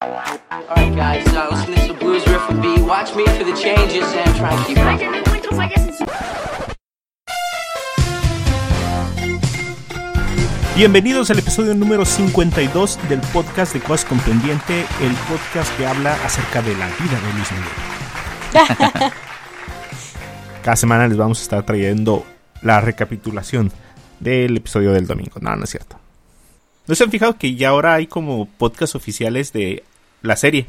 Alright guys, listen to this blues riff and B. Watch me for the changes and try and keep up. Bienvenidos al episodio número 52 del podcast de Cosas con Pendiente, el podcast que habla acerca de la vida de Luis Miguel. Cada semana les vamos a estar trayendo la recapitulación del episodio del domingo. No es cierto. ¿No se han fijado que ya ahora hay como podcasts oficiales de la serie?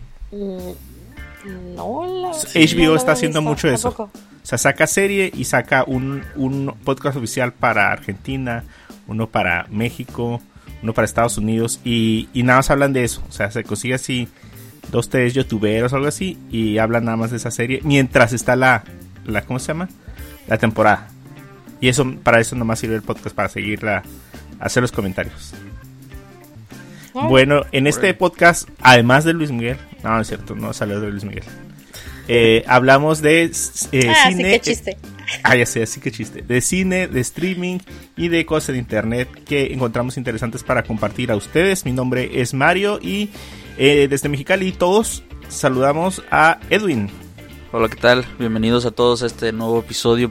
No, HBO está haciendo mucho eso. Tampoco. O sea, saca serie y saca un podcast oficial para Argentina, uno para México, uno para Estados Unidos y nada más hablan de eso. O sea, se consigue así 2-3 youtuberos o algo así y hablan nada más de esa serie mientras está la ¿cómo se llama? La temporada. Y eso, para eso nomás sirve el podcast, para seguirla, hacer los comentarios. Bueno, en este podcast, además de Luis Miguel, no es cierto, no salió de Luis Miguel. Hablamos de cine. Sí, qué chiste. Ya sé, así que chiste. De cine, de streaming y de cosas de internet que encontramos interesantes para compartir a ustedes. Mi nombre es Mario y desde Mexicali todos saludamos a Edwin. Hola, ¿qué tal? Bienvenidos a todos a este nuevo episodio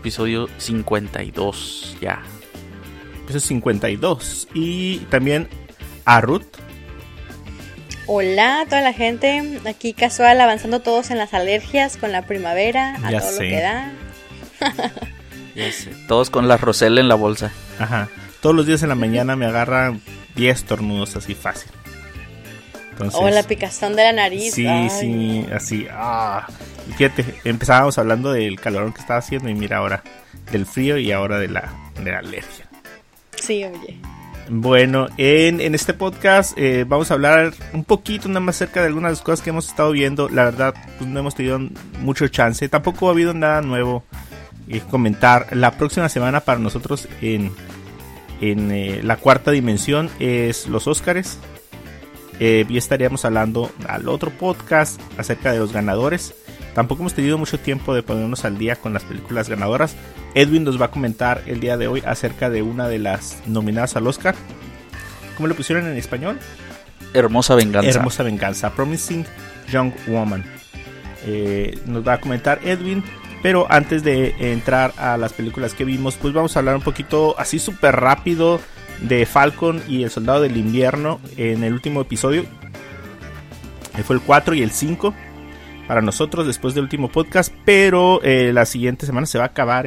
52 ya. Episodio 52. Y también a Ruth. Hola a toda la gente, aquí casual avanzando todos en las alergias con la primavera, a Ya todo sé. lo que da. Ya sé, todos con la Rosel en la bolsa. Ajá. Todos los días en la mañana me agarran 10 estornudos así fácil. Entonces, O la picazón de la nariz. Sí, Ay. sí, así. Y fíjate, empezábamos hablando del calorón que estaba haciendo y mira ahora del frío y ahora de la alergia. Sí, oye. Bueno, en este podcast vamos a hablar un poquito nada más acerca de algunas de las cosas que hemos estado viendo. La verdad, pues no hemos tenido mucho chance. Tampoco ha habido nada nuevo que comentar. La próxima semana para nosotros en la cuarta dimensión es los Óscares. Y estaríamos hablando al otro podcast acerca de los ganadores. Tampoco hemos tenido mucho tiempo de ponernos al día con las películas ganadoras. Edwin nos va a comentar el día de hoy acerca de una de las nominadas al Oscar. ¿Cómo le pusieron en español? Hermosa venganza. Hermosa venganza. Promising Young Woman. Nos va a comentar Edwin. Pero antes de entrar a las películas que vimos, pues vamos a hablar un poquito así súper rápido de Falcon y el Soldado del Invierno en el último episodio. Fue el 4 y el 5 para nosotros después del último podcast. Pero la siguiente semana se va a acabar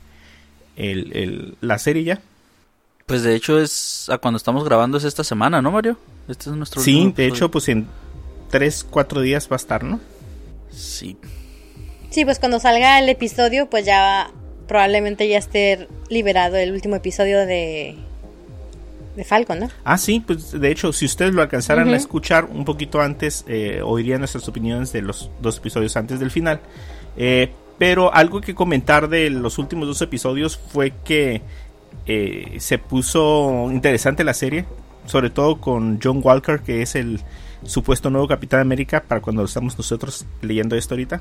la serie ya. Pues de hecho es a cuando estamos grabando es esta semana, ¿no, Mario? Este es nuestro Sí, último de episodio. hecho pues en 3-4 días va a estar, ¿no? Sí. Sí, pues cuando salga el episodio, pues ya probablemente ya esté liberado el último episodio de Falcon, ¿no? Ah, sí, pues de hecho, si ustedes lo alcanzaran a escuchar un poquito antes, oirían nuestras opiniones de los 2 episodios antes del final. Pero algo que comentar de los últimos 2 episodios fue que se puso interesante la serie, sobre todo con John Walker, que es el supuesto nuevo Capitán América, para cuando estamos nosotros leyendo esto ahorita.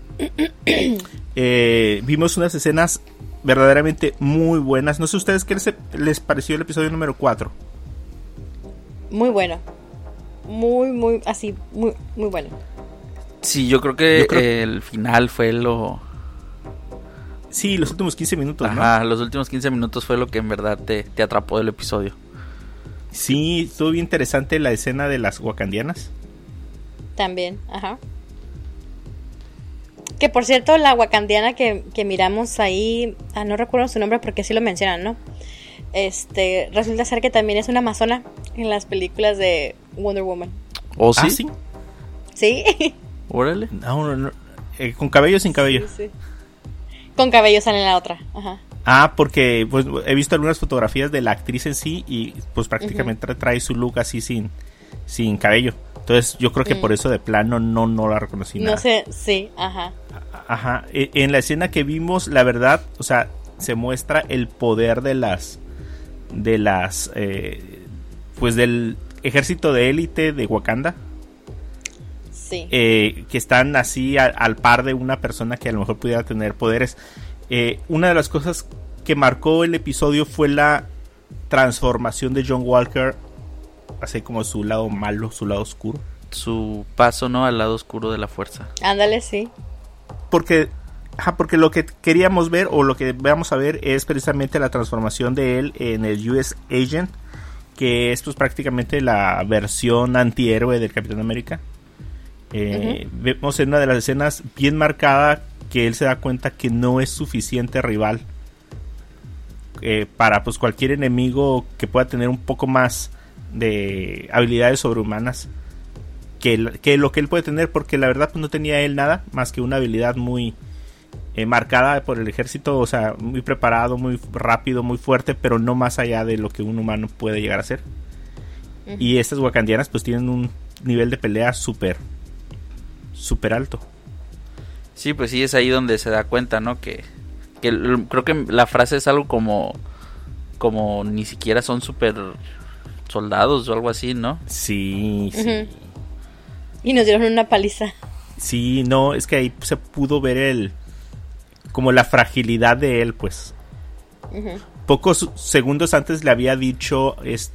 Vimos unas escenas verdaderamente muy buenas. No sé ustedes qué les pareció el episodio número 4. Muy bueno. Muy, así, muy bueno. Sí, yo creo que el final fue lo... Sí, los últimos 15 minutos, Ajá, ¿no? los últimos 15 minutos fue lo que en verdad te atrapó del episodio. Sí, estuvo bien interesante la escena de las wakandianas. También, ajá. Que por cierto, la wakandiana que miramos ahí, no recuerdo su nombre porque sí lo mencionan, ¿no? Resulta ser que también es una amazona en las películas de Wonder Woman. ¿Oh, sí? Ah, sí. ¿Sí? Órale. No. ¿Con cabello o sin cabello? Sí. Con cabello sale en la otra, ajá. Ah, porque pues he visto algunas fotografías de la actriz en sí y pues prácticamente trae su look así sin cabello. Entonces yo creo que por eso de plano no la reconocí nada. No sé, sí, ajá. Ajá, en la escena que vimos, la verdad, o sea, se muestra el poder de las pues del ejército de élite de Wakanda. Sí. Que están así al par de una persona que a lo mejor pudiera tener poderes. Una de las cosas que marcó el episodio fue la transformación de John Walker, así como su lado malo, su lado oscuro. su paso, ¿no? Al lado oscuro de la fuerza. Ándale, sí. Porque lo que queríamos ver, o lo que vamos a ver, es precisamente la transformación de él en el US Agent, que es pues prácticamente la versión antihéroe del Capitán América. Vemos en una de las escenas bien marcada que él se da cuenta que no es suficiente rival para pues cualquier enemigo que pueda tener un poco más de habilidades sobrehumanas que lo que él puede tener, porque la verdad pues no tenía él nada más que una habilidad muy marcada por el ejército, o sea, muy preparado, muy rápido, muy fuerte, pero no más allá de lo que un humano puede llegar a ser. Y estas wakandianas pues tienen un nivel de pelea súper alto. Sí, pues sí, es ahí donde se da cuenta, ¿no? Que creo que la frase es algo como ni siquiera son super soldados o algo así, ¿no? Sí, sí. Y nos dieron una paliza. Sí, no, es que ahí se pudo ver como la fragilidad de él, pues. Pocos segundos antes le había dicho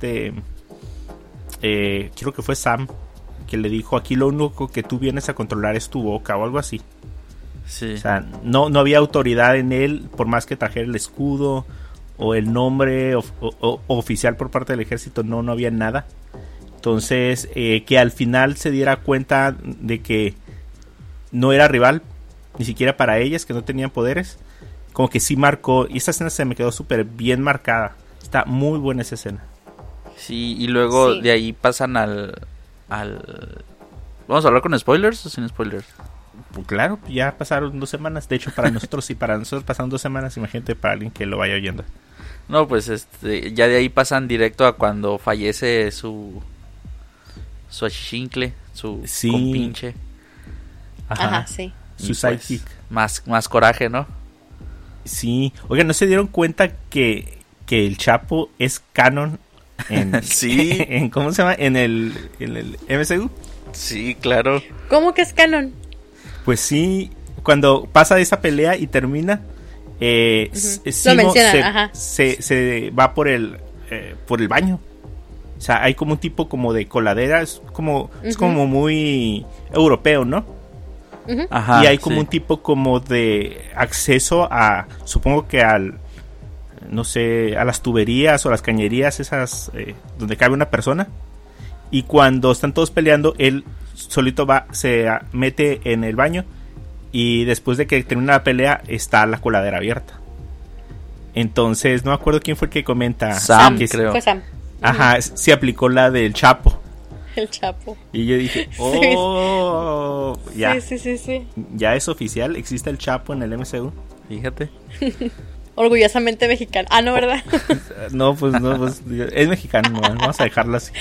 creo que fue Sam, que le dijo: aquí lo único que tú vienes a controlar es tu boca, o algo así. Sí. O sea, no había autoridad en él, por más que trajera el escudo o el nombre oficial por parte del ejército, no había nada. Entonces, que al final se diera cuenta de que no era rival, ni siquiera para ellas, que no tenían poderes, como que sí marcó. Y esa escena se me quedó súper bien marcada. Está muy buena esa escena. Sí, y luego de ahí pasan al... ¿Vamos a hablar con spoilers o sin spoilers? Pues claro, ya pasaron 2 semanas. De hecho, para nosotros sí, para nosotros pasaron 2 semanas. Imagínate para alguien que lo vaya oyendo. No, pues ya de ahí pasan directo a cuando fallece su achichincle, su compinche. Ajá, sí. Su sidekick. Más coraje, ¿no? Sí. Oigan, ¿no se dieron cuenta que el Chapo es canon en sí. ¿cómo se llama? En el MCU. Sí, claro. ¿Cómo que es canon? Pues sí, cuando pasa esa pelea y termina, Simo se va por el baño. O sea, hay como un tipo como de coladera, es como muy europeo, ¿no? Ajá, y hay como un tipo como de acceso a, supongo que no sé, a las tuberías o las cañerías esas donde cabe una persona. Y cuando están todos peleando, él solito se mete en el baño, y después de que termina la pelea está la coladera abierta. Entonces no me acuerdo quién fue el que comenta. Sam, creo. Fue Sam. Ajá, se aplicó la del Chapo. El Chapo. Y yo dije, ya. Sí. Ya es oficial, existe el Chapo en el MCU. Fíjate. Orgullosamente mexicano. Ah, no, ¿verdad? No, pues es mexicano, ¿no? Vamos a dejarlo así.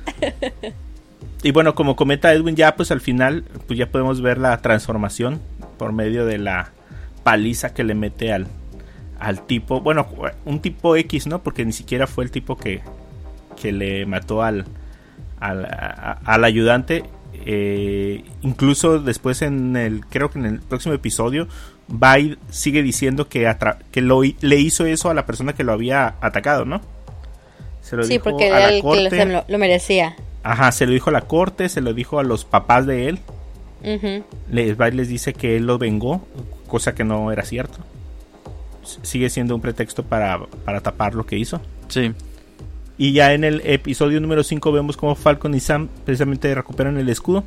Y bueno, como comenta Edwin, ya pues al final pues ya podemos ver la transformación por medio de la paliza que le mete al tipo, bueno, un tipo X, ¿no? Porque ni siquiera fue el tipo que le mató al ayudante. Incluso después creo que en el próximo episodio, va y sigue diciendo que le hizo eso a la persona que lo había atacado, ¿no? Se lo dijo porque a la él corte. lo merecía. Ajá, se lo dijo a la corte, se lo dijo a los papás de él. Les dice que él lo vengó, cosa que no era cierto. Sigue siendo un pretexto para tapar lo que hizo. Sí. Y ya en el episodio número 5 vemos cómo Falcon y Sam precisamente recuperan el escudo,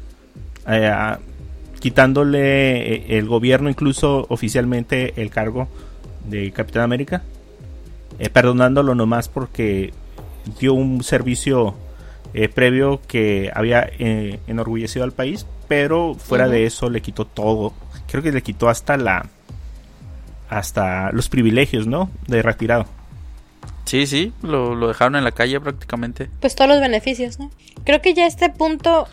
quitándole el gobierno incluso oficialmente el cargo de Capitán América, perdonándolo nomás porque dio un servicio previo que había enorgullecido al país, pero fuera de eso le quitó todo. Creo que le quitó hasta los privilegios, ¿no? De retirado. Sí, lo dejaron en la calle prácticamente. Pues todos los beneficios, ¿no? Creo que ya este punto,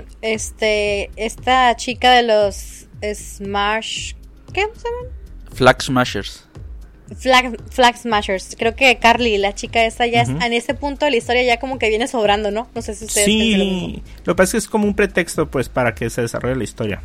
esta chica de los Smash, ¿qué se llaman? Flag Smashers. Flag Smashers. Creo que Carly, la chica esa, ya en ese punto de la historia ya como que viene sobrando, ¿no? No sé si ustedes piensan lo mismo. Lo que pasa es que es como un pretexto, pues, para que se desarrolle la historia.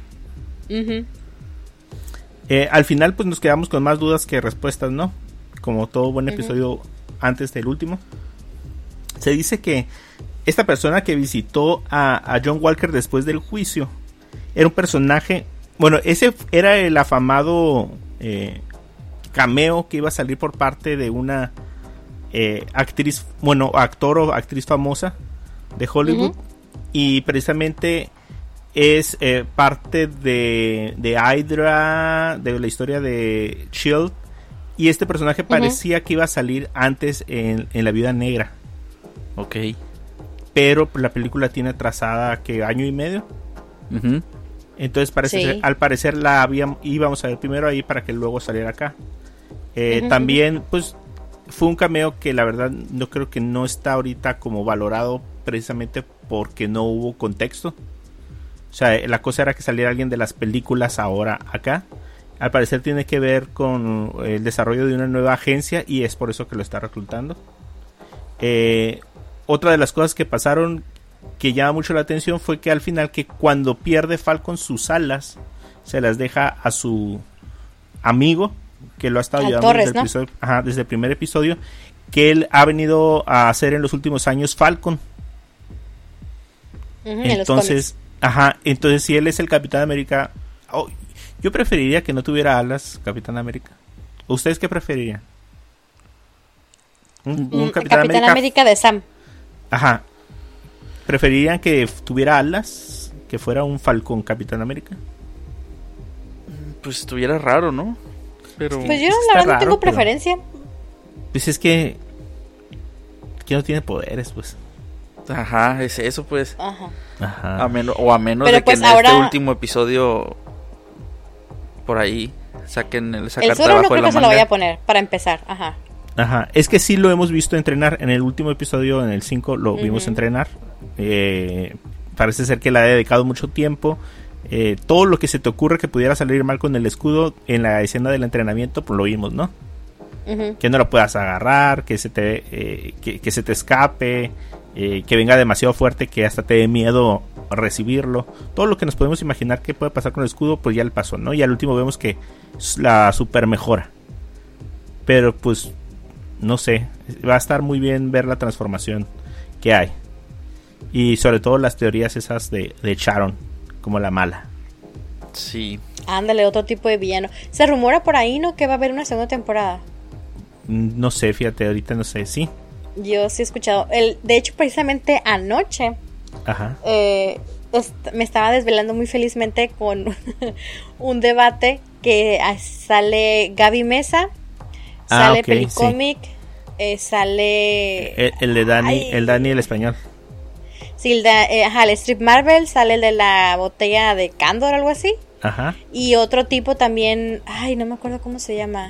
Al final, pues, nos quedamos con más dudas que respuestas, ¿no? Como todo buen episodio antes del último. Se dice que esta persona que visitó a John Walker después del juicio era un personaje, bueno, ese era el afamado cameo que iba a salir por parte de una actriz, bueno, actor o actriz famosa de Hollywood. Y precisamente es parte de Hydra, de la historia de S.H.I.E.L.D. Y este personaje parecía que iba a salir antes en La Viuda Negra. Ok. Pero la película tiene atrasada que año y medio. Entonces parece ser, al parecer íbamos a ver primero ahí para que luego saliera acá. También pues fue un cameo que la verdad no creo que no está ahorita como valorado, precisamente porque no hubo contexto. O sea, la cosa era que saliera alguien de las películas ahora acá. Al parecer tiene que ver con el desarrollo de una nueva agencia y es por eso que lo está reclutando. Otra de las cosas que pasaron que llama mucho la atención fue que al final, que cuando pierde Falcon sus alas, se las deja a su amigo, que lo ha estado ayudando Torres, desde el primer episodio, que él ha venido a hacer en los últimos años Falcon. Entonces, entonces si él es el Capitán América, yo preferiría que no tuviera alas, Capitán América. ¿Ustedes qué preferirían? Un Capitán América de Sam. Ajá. ¿Preferirían que tuviera alas? ¿Que fuera un Falcón Capitán América? Pues estuviera raro, ¿no? Pero pues yo la verdad no tengo preferencia. Pues es que no tiene poderes, pues. Ajá, es eso, pues. Ajá. A menos pero de pues que en este último episodio por ahí saquen el suelo. No creo que se lo vaya a poner para empezar. Ajá, es que sí lo hemos visto entrenar. En el último episodio, en el 5, lo vimos entrenar. Parece ser que le ha dedicado mucho tiempo. Todo lo que se te ocurre que pudiera salir mal con el escudo en la escena del entrenamiento, pues lo vimos, ¿no? Que no lo puedas agarrar, que se te escape, que venga demasiado fuerte, que hasta te dé miedo recibirlo. Todo lo que nos podemos imaginar que puede pasar con el escudo, pues ya le pasó, ¿no? Y al último vemos que la super mejora. Pero pues no sé, va a estar muy bien ver la transformación que hay. Y sobre todo las teorías esas de Sharon como la mala. Sí. Ándale, otro tipo de villano. Se rumora por ahí, ¿no? Que va a haber una segunda temporada. No sé, fíjate, ahorita no sé, sí. Yo sí he escuchado. De hecho, precisamente anoche me estaba desvelando muy felizmente con un debate que sale Gaby Mesa, sale Pelicomic, sale... El de Dani, el Dani el español. Sí, el Strip Marvel, sale el de la botella de Candor, algo así. Y otro tipo también, no me acuerdo cómo se llama.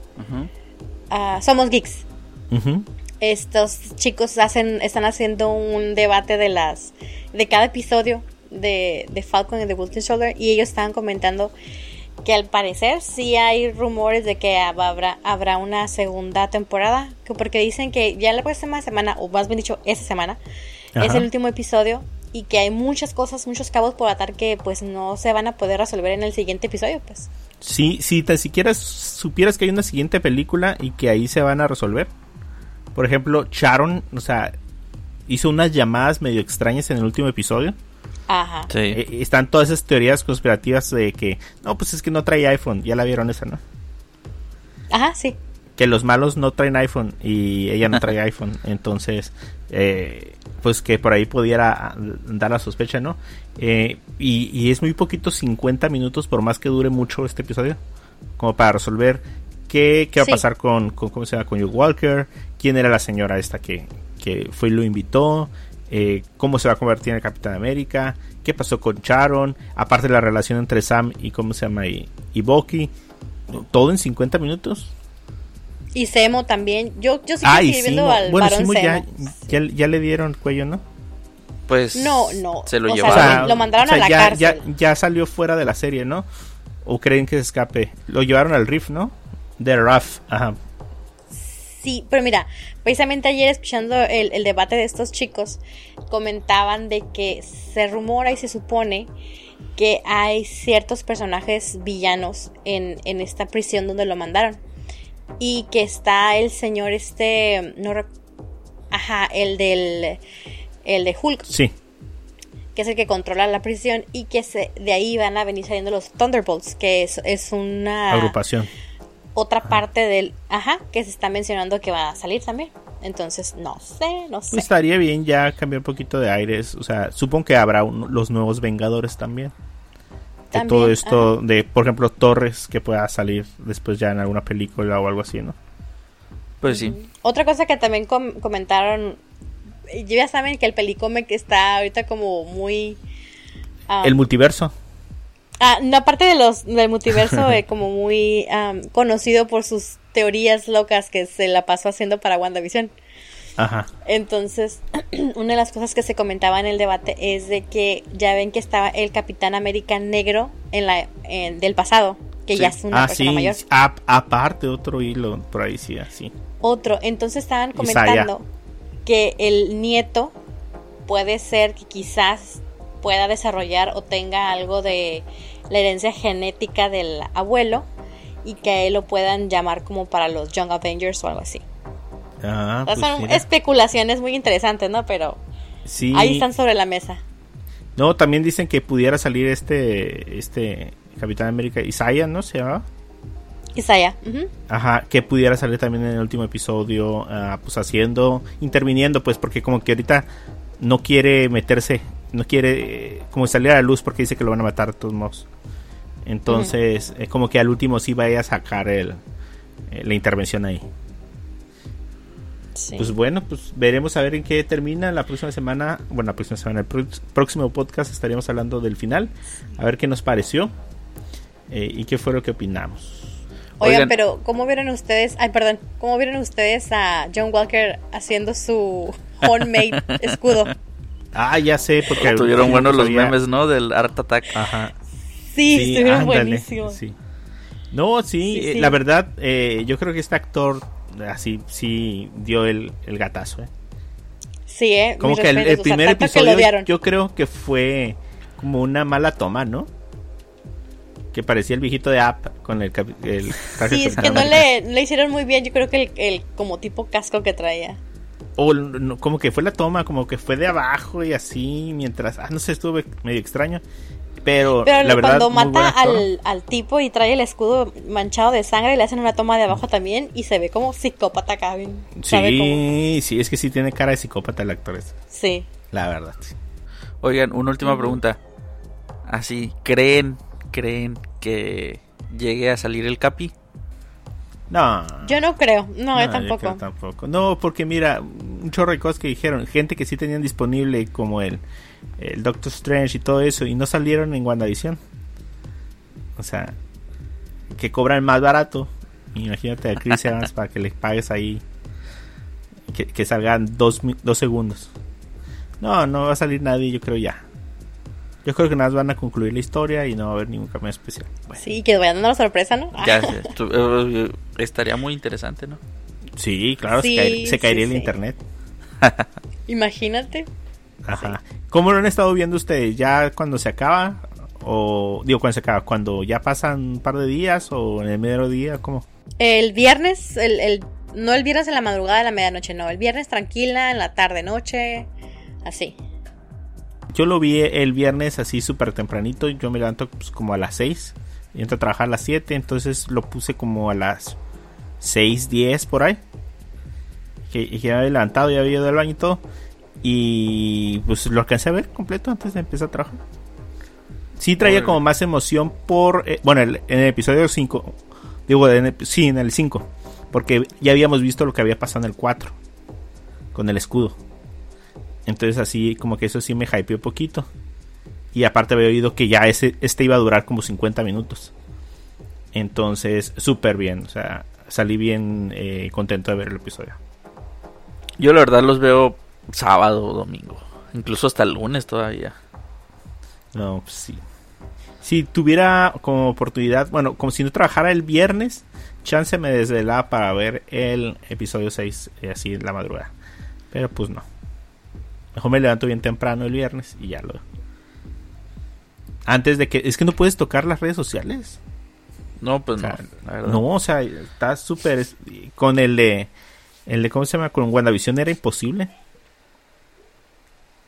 Somos Geeks. Estos chicos están haciendo un debate de cada episodio de Falcon y de Winter Soldier, y ellos estaban comentando que al parecer sí hay rumores de que habrá una segunda temporada, porque dicen que ya la próxima semana, o más bien dicho esta semana, es el último episodio, y que hay muchas cosas, muchos cabos por atar que pues no se van a poder resolver en el siguiente episodio, pues. Sí, si tan siquiera supieras que hay una siguiente película y que ahí se van a resolver. Por ejemplo, Sharon, o sea, hizo unas llamadas medio extrañas en el último episodio. Sí. Están todas esas teorías conspirativas de que no, pues es que no trae iPhone. Ya la vieron esa, ¿no? Sí. Que los malos no traen iPhone y ella no trae iPhone. Entonces, pues que por ahí pudiera dar la sospecha, ¿no? Y es muy poquito, 50 minutos, por más que dure mucho este episodio, como para resolver qué va a pasar con ¿cómo se llama? Con Hugh Walker, quién era la señora esta que fue y lo invitó, cómo se va a convertir en el Capitán América, qué pasó con Sharon, aparte de la relación entre Sam y ¿cómo se llama? Y Bucky, todo en 50 minutos. Y Zemo también. Yo sí quiero seguir viendo al varón Zemo. Ya le dieron cuello, ¿no? Pues no. Se lo llevaron. O sea, lo mandaron a la cárcel. Ya salió fuera de la serie, ¿no? ¿O creen que se escape? Lo llevaron al Riff, ¿no? De Ruff, Sí, pero mira, precisamente ayer escuchando el debate de estos chicos, comentaban de que se rumora y se supone que hay ciertos personajes villanos en esta prisión donde lo mandaron. Y que está el señor el el de Hulk. Sí. Que es el que controla la prisión, y que de ahí van a venir saliendo los Thunderbolts, que es una agrupación. Otra parte del... que se está mencionando que va a salir también. Entonces, no sé. Pues estaría bien ya cambiar un poquito de aires. O sea, supongo que habrá los nuevos Vengadores también. De todo esto, de por ejemplo, Torres, que pueda salir después ya en alguna película o algo así, ¿no? Pues sí. Otra cosa que también comentaron... Ya saben que el Pelicome que está ahorita como muy... el multiverso. No, aparte del multiverso, como muy conocido por sus teorías locas que se la pasó haciendo para WandaVision. Ajá. Entonces, una de las cosas que se comentaba en el debate es de que ya ven que estaba el Capitán América negro del pasado, que ya es una persona mayor. Aparte otro hilo por ahí, sí, así. Otro, entonces estaban comentando que el nieto puede ser que quizás pueda desarrollar o tenga algo de la herencia genética del abuelo, y que a él lo puedan llamar como para los Young Avengers o algo así. Pues son especulaciones muy interesantes, ¿no? Pero sí, ahí están sobre la mesa. No, también dicen que pudiera salir este Capitán América, Isaiah, ¿no? ¿Se llama? Isaiah. Que pudiera salir también en el último episodio, pues interviniendo, pues, porque como que ahorita no quiere meterse, no quiere como salir a la luz, porque dice que lo van a matar de todos modos. Entonces, como que al último sí vaya a sacar la intervención ahí. Sí. Pues bueno, pues veremos a ver en qué termina la próxima semana. Bueno, la próxima semana, el próximo podcast estaríamos hablando del final, a ver qué nos pareció y qué fue lo que opinamos. Oigan, pero ¿cómo vieron ustedes? ¿Cómo vieron ustedes a John Walker haciendo su homemade escudo? Ya sé, porque estuvieron buenos los memes, ¿no? Del Art Attack. Sí, estuvieron buenísimos. Sí. No, sí. La verdad, yo creo que este actor así sí dio el gatazo, Sí, como que el primer episodio yo creo que fue como una mala toma, ¿no? Que parecía el viejito de App con el traje. Sí, es que no le hicieron muy bien. Yo creo que el como tipo casco que traía. O como que fue la toma, como que fue de abajo y así, mientras... no sé, estuvo medio extraño. Pero la verdad, cuando mata al tipo y trae el escudo manchado de sangre, le hacen una toma de abajo también y se ve como psicópata acá. Sí, es que sí tiene cara de psicópata el actor ese. Sí. La verdad, sí. Oigan, una última pregunta. Así, ¿creen que llegue a salir el Capi? No. Yo no creo. No, yo tampoco. Yo creo tampoco. No, porque mira, un chorro de cosas que dijeron, gente que sí tenían disponible como el Doctor Strange y todo eso, y no salieron en WandaVision. O sea, que cobran más barato. Imagínate a Chris Evans para que le pagues ahí que salgan 2 segundos. No va a salir nadie, yo creo ya. Yo creo que nada más van a concluir la historia y no va a haber ningún cameo especial. Bueno. Sí, que vayan dando la sorpresa, ¿no? Ya sé, estaría muy interesante, ¿no? Sí, claro, sí, se caería el internet. Imagínate. Ajá. Sí. ¿Cómo lo han estado viendo ustedes? ¿Ya cuando se acaba? O digo, cuando se acaba, cuando ya pasan un par de días o en el mediodía, ¿cómo? El viernes, no el viernes en la madrugada de la medianoche, no, el viernes tranquila, en la tarde noche, así. Yo lo vi el viernes así súper tempranito. Yo me levanto pues, como a las 6 y entro a trabajar a las 7. Entonces lo puse como a las 6:10 por ahí. Que ya había levantado, ya había ido al baño y todo. Y pues lo alcancé a ver completo antes de empezar a trabajar. Sí traía como más emoción por... en el episodio 5. Digo, en el 5. Porque ya habíamos visto lo que había pasado en el 4. Con el escudo. Entonces así como que eso sí me hypeó un poquito. Y aparte había oído que ya este iba a durar como 50 minutos. Entonces súper bien. O sea, salí bien contento de ver el episodio. Yo la verdad los veo sábado o domingo. Incluso hasta el lunes todavía. No, pues sí. Si tuviera como oportunidad, bueno, como si no trabajara el viernes, chance me desvelaba para ver el episodio 6 así en la madrugada. Pero pues no. Mejor me levanto bien temprano el viernes y ya lo... Antes de que... Es que no puedes tocar las redes sociales. No, pues o sea, no. La verdad. No, o sea, está súper... Con el de... ¿Cómo se llama? Con WandaVision era imposible.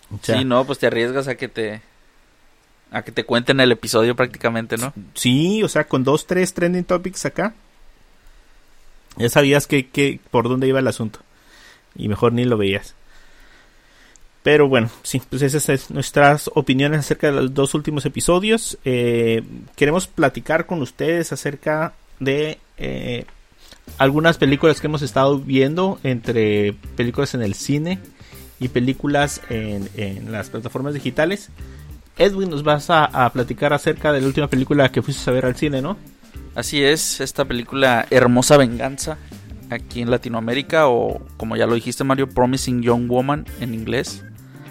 O sea, sí, no, pues te arriesgas a que te cuenten el episodio prácticamente, ¿no? Sí, o sea, con 2, 3 trending topics acá, ya sabías que por dónde iba el asunto. Y mejor ni lo veías. Pero bueno, sí, pues esas son nuestras opiniones acerca de los 2 últimos episodios. Queremos platicar con ustedes acerca de algunas películas que hemos estado viendo, entre películas en el cine y películas en las plataformas digitales. Edwin, nos vas a platicar acerca de la última película que fuiste a ver al cine, ¿no? Así es, esta película Hermosa Venganza, aquí en Latinoamérica, o como ya lo dijiste, Mario, Promising Young Woman en inglés.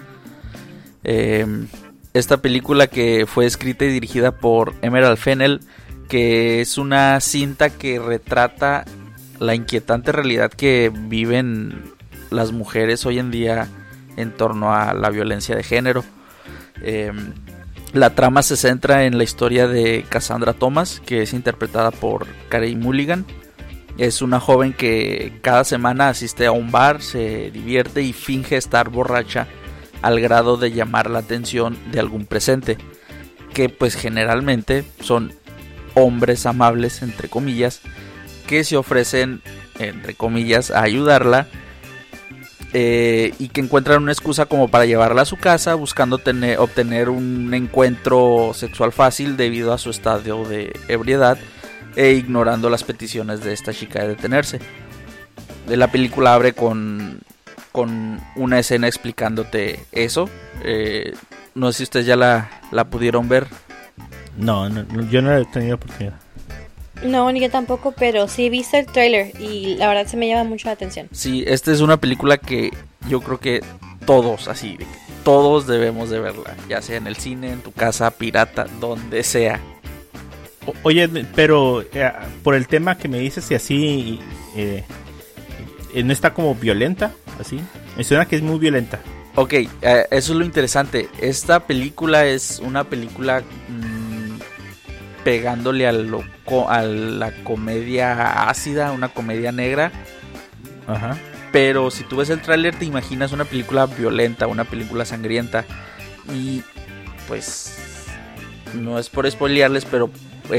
Esta película que fue escrita y dirigida por Emerald Fennell, que es una cinta que retrata la inquietante realidad que viven las mujeres hoy en día en torno a la violencia de género. La trama se centra en la historia de Cassandra Thomas, que es interpretada por Carey Mulligan. Es una joven que cada semana asiste a un bar, se divierte y finge estar borracha al grado de llamar la atención de algún presente, que pues generalmente son hombres amables, entre comillas, que se ofrecen, entre comillas, a ayudarla, y que encuentran una excusa como para llevarla a su casa, buscando obtener un encuentro sexual fácil debido a su estado de ebriedad, e ignorando las peticiones de esta chica de detenerse. La película abre con una escena explicándote eso. No sé si ustedes ya la pudieron ver. No, yo no he tenido oportunidad. No, ni yo tampoco, pero sí he visto el trailer y la verdad se me llama mucho la atención. Sí, esta es una película que yo creo que todos debemos de verla, ya sea en el cine, en tu casa, pirata, donde sea. Oye, pero por el tema que me dices y así, no está como violenta, así. Me suena que es muy violenta. Ok, eso es lo interesante. Esta película es una película pegándole a la comedia ácida, una comedia negra. Ajá. Pero si tú ves el tráiler te imaginas una película violenta, una película sangrienta. Y pues no es por spoilearles, pero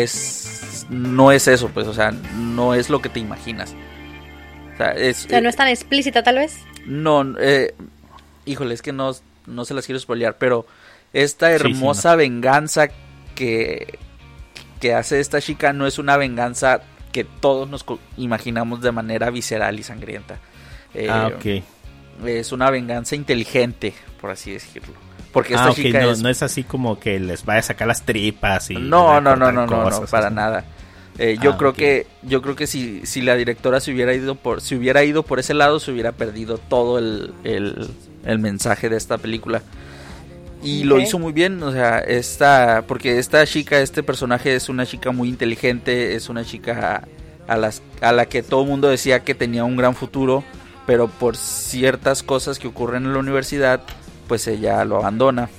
no es eso, pues, o sea, no es lo que te imaginas. O sea, no es tan explícita, tal vez. No, híjole, es que no se las quiero spoilear, pero esta hermosa venganza que hace esta chica no es una venganza que todos nos imaginamos de manera visceral y sangrienta. Ok. Es una venganza inteligente, por así decirlo. Porque esta chica no es así como que les vaya a sacar las tripas y no, para nada. Yo creo que si la directora se hubiera ido por ese lado, se hubiera perdido todo el mensaje de esta película. Y lo hizo muy bien, o sea, porque esta chica, este personaje es una chica muy inteligente, es una chica a la que todo el mundo decía que tenía un gran futuro, pero por ciertas cosas que ocurren en la universidad, pues ella lo abandona.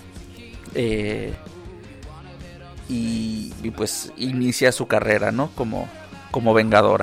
Y pues inicia su carrera, ¿no? Como vengadora.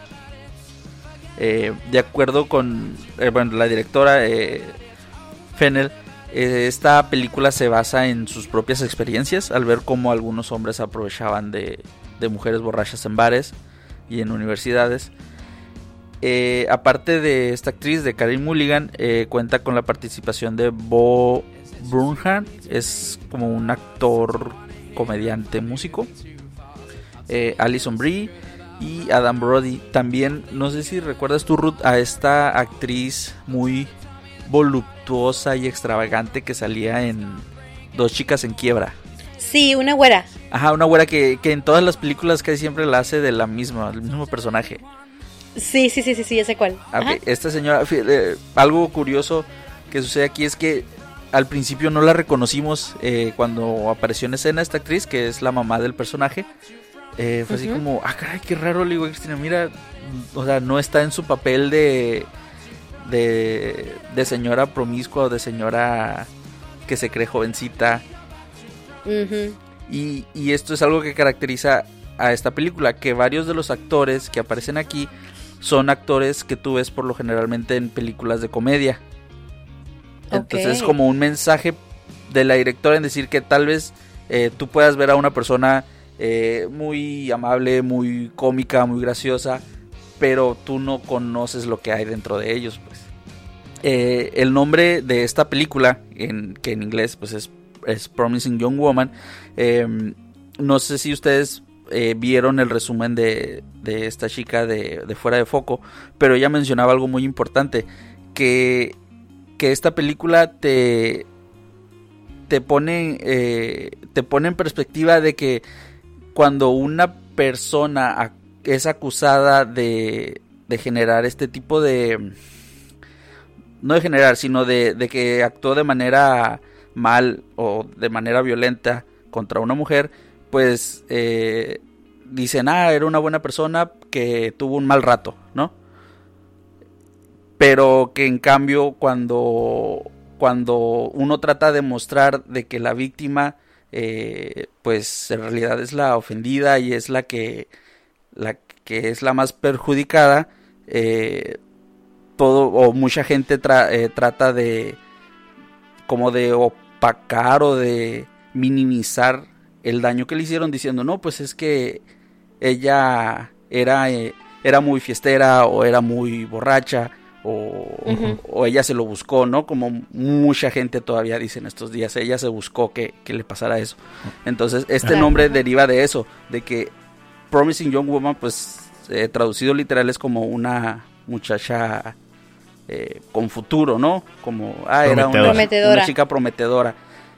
De acuerdo con la directora Fennell, esta película se basa en sus propias experiencias al ver cómo algunos hombres aprovechaban de mujeres borrachas en bares y en universidades. Aparte de esta actriz, de Carey Mulligan, cuenta con la participación de Bo Burnham, es como un actor, comediante, músico, Alison Brie y Adam Brody. También, no sé si recuerdas tú, Ruth, a esta actriz muy voluptuosa y extravagante que salía en Dos chicas en quiebra. Sí, una güera. Ajá, una güera que en todas las películas casi siempre la hace del mismo personaje. Sí, ya sé cuál. Okay, esta señora, algo curioso que sucede aquí es que al principio no la reconocimos cuando apareció en escena esta actriz, que es la mamá del personaje. Fue así como, caray, qué raro, le digo, Cristina, mira, o sea, no está en su papel de señora promiscua o de señora que se cree jovencita. Y esto es algo que caracteriza a esta película, que varios de los actores que aparecen aquí son actores que tú ves por lo generalmente en películas de comedia. Entonces es como un mensaje de la directora en decir que tal vez tú puedas ver a una persona muy amable, muy cómica, muy graciosa, pero tú no conoces lo que hay dentro de ellos, pues. El nombre de esta película, que en inglés pues es Promising Young Woman, no sé si ustedes vieron el resumen de esta chica de Fuera de Foco, pero ella mencionaba algo muy importante, que esta película te pone en perspectiva de que cuando una persona es acusada de generar este tipo de... no de generar, sino de que actuó de manera mal o de manera violenta contra una mujer, pues dicen, era una buena persona que tuvo un mal rato, ¿no? Pero que en cambio cuando uno trata de mostrar de que la víctima pues en realidad es la ofendida y es la que es la más perjudicada, todo o mucha gente trata de como de opacar o de minimizar el daño que le hicieron diciendo, no, pues es que ella era muy fiestera o era muy borracha o ella se lo buscó, ¿no? Como mucha gente todavía dice en estos días, ella se buscó que le pasara eso. Entonces este nombre deriva de eso, de que Promising Young Woman, pues traducido literal es como una muchacha con futuro, ¿no? Como era una chica prometedora,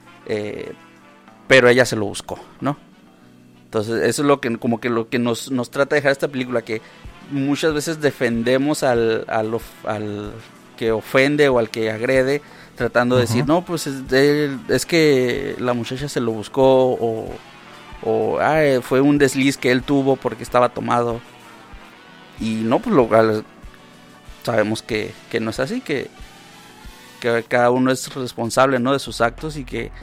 pero ella se lo buscó, ¿no? Entonces eso es lo que nos trata de dejar esta película, que muchas veces defendemos al que ofende o al que agrede, tratando de decir, no, pues es que la muchacha se lo buscó o fue un desliz que él tuvo porque estaba tomado. Y no, pues sabemos que no es así, que cada uno es responsable, ¿no?, de sus actos y que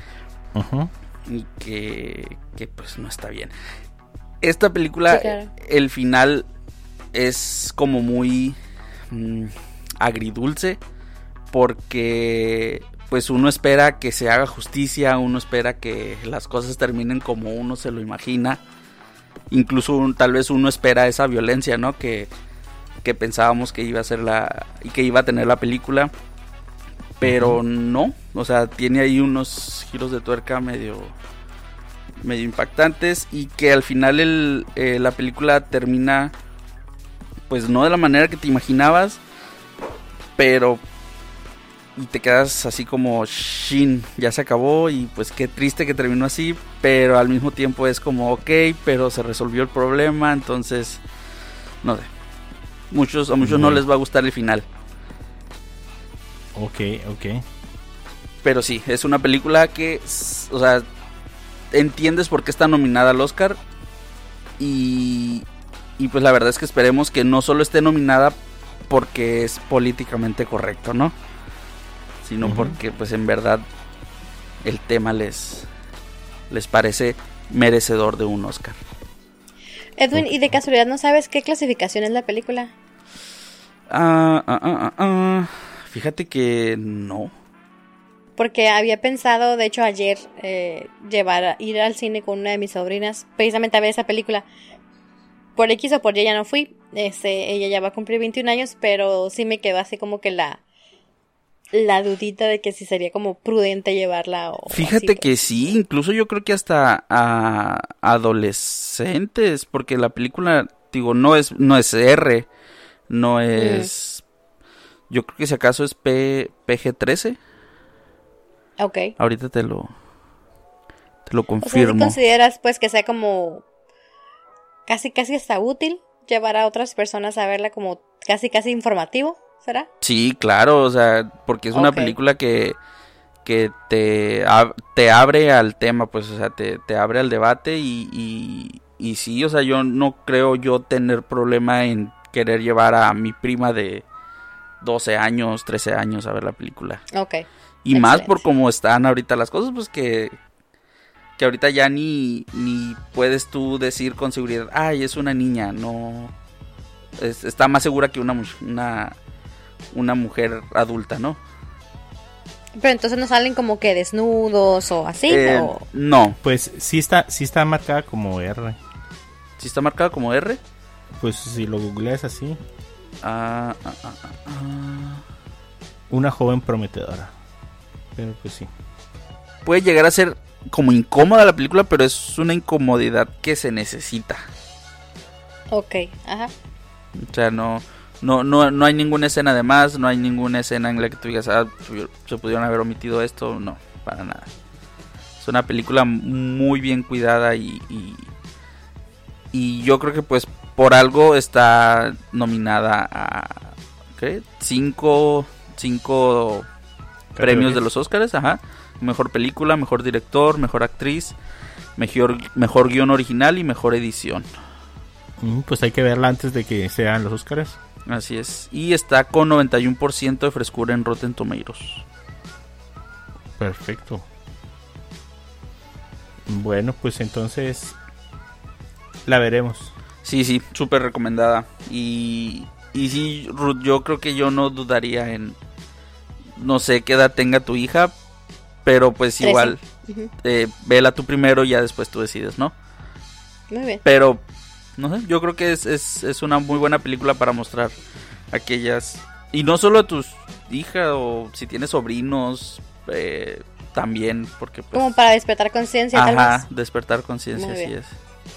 pues no está bien. Esta película, sí, claro, el final es como muy agridulce, porque pues uno espera que se haga justicia, uno espera que las cosas terminen como uno se lo imagina, incluso tal vez uno espera esa violencia, ¿no?, que pensábamos que iba a ser y que iba a tener la película, pero no, o sea, tiene ahí unos giros de tuerca medio impactantes, y que al final la película termina pues no de la manera que te imaginabas, pero y te quedas así como shin, ya se acabó y pues qué triste que terminó así, pero al mismo tiempo es como ok, pero se resolvió el problema. Entonces no sé, a muchos no les va a gustar el final. Ok. Pero sí, es una película que, o sea, entiendes por qué está nominada al Oscar, y pues la verdad es que esperemos que no solo esté nominada porque es políticamente correcto, ¿no?, sino porque pues en verdad el tema les parece merecedor de un Oscar. Edwin, ¿y de casualidad no sabes qué clasificación es la película? Fíjate que no. Porque había pensado, de hecho ayer, ir al cine con una de mis sobrinas, precisamente a ver esa película. Por X o por Y ya no fui. Ella ya va a cumplir 21 años, pero sí me quedó así como que la dudita de que si sería como prudente llevarla. Fíjate que sí, incluso yo creo que hasta a adolescentes, porque la película, digo, no es R, no es... Yo creo que si acaso es PG-13. Ok. Ahorita te lo confirmo. O sea, ¿sí consideras pues que sea como casi hasta útil llevar a otras personas a verla, como casi informativo, será? Sí, claro, o sea, porque es una película que te abre al tema, pues, o sea, te abre al debate y sí, o sea, yo no creo yo tener problema en querer llevar a mi prima de 12 años, 13 años a ver la película. Ok. Y excelente. Más por cómo están ahorita las cosas, pues que ahorita ya ni puedes tú decir con seguridad, ay, es una niña, no, está más segura que una mujer adulta, ¿no? Pero entonces no salen como que desnudos o así, ¿o? No. Pues sí está marcada como R. ¿Sí está marcada como R? Pues si lo googleas así. Ah. Una joven prometedora. Pero pues sí. Puede llegar a ser como incómoda la película, pero es una incomodidad que se necesita. Ok, ajá. O sea, no hay ninguna escena de más, no hay ninguna escena en la que tú digas, se pudieron haber omitido esto, no, para nada. Es una película muy bien cuidada y yo creo que pues por algo está nominada a ¿qué? cinco premios de los Oscars, ajá. Mejor película, mejor director, mejor actriz, mejor guión original y mejor edición. Pues hay que verla antes de que sean los Oscars. Así es. Y está con 91% de frescura en Rotten Tomatoes. Perfecto. Bueno, pues entonces la veremos. Sí, súper recomendada. Y sí, Ruth, yo creo que yo no dudaría en... No sé qué edad tenga tu hija, pero pues 13. Igual, vela tú primero y ya después tú decides, ¿no? Muy bien. Pero, no sé, yo creo que es una muy buena película para mostrar aquellas... Y no solo a tus hijas, o si tienes sobrinos, también, porque pues... Como para despertar conciencia, tal vez. Ajá, despertar conciencia, así es.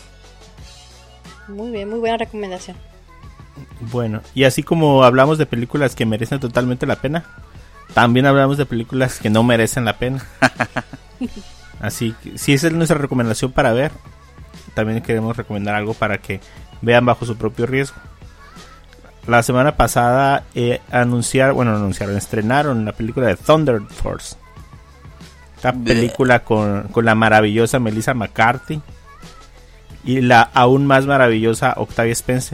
Muy bien, muy buena recomendación. Bueno, y así como hablamos de películas que merecen totalmente la pena, también hablamos de películas que no merecen la pena. Así que si esa es nuestra recomendación para ver, también queremos recomendar algo para que vean bajo su propio riesgo. La semana pasada estrenaron la película de Thunder Force. Esta película con la maravillosa Melissa McCarthy y la aún más maravillosa Octavia Spencer.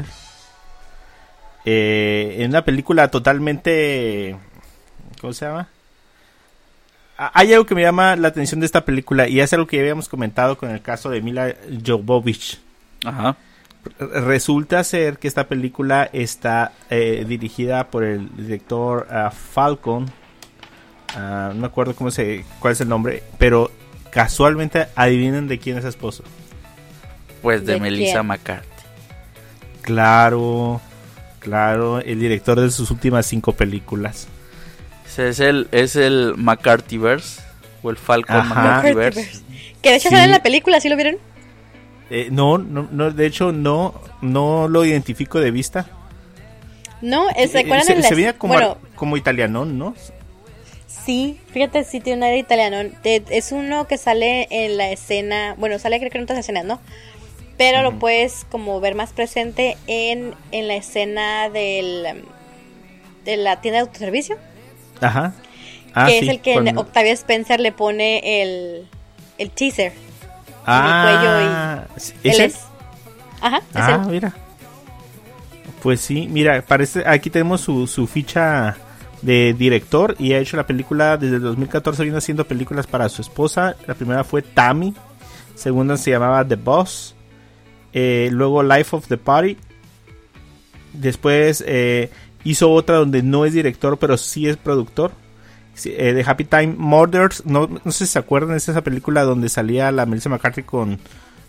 En una película totalmente... ¿Cómo se llama? Hay algo que me llama la atención de esta película y es algo que ya habíamos comentado con el caso de Mila Jovovich. Ajá. Resulta ser que esta película está dirigida por el director Falcon. No me acuerdo cuál es el nombre, pero casualmente adivinen de quién es esposo. Pues de Melissa McCarthy. Claro, el director de sus últimas 5 películas. Es el McCarthyverse o el Falcon McCarthyverse. Que de hecho sale en la película, ¿sí lo vieron? No, de hecho no lo identifico de vista. No, ¿se acuerdan en la... Se veía como italiano, ¿no? Sí, fíjate, sí tiene un aire italiano. Es uno que sale en la escena, bueno, sale creo que en otras escenas, ¿no? Pero lo puedes como ver más presente en la escena de la tienda de autoservicio. Ajá. Que es el que Octavia Spencer le pone el teaser en el cuello y ¿es él es. Ajá, es él. Mira. Pues sí, mira, parece aquí tenemos su ficha de director y ha hecho la película desde el 2014, viene haciendo películas para su esposa. La primera fue Tammy, segunda se llamaba The Boss, luego Life of the Party. Después hizo otra donde no es director, pero sí es productor. The Happy Time Murders. No sé si se acuerdan, es esa película donde salía la Melissa McCarthy con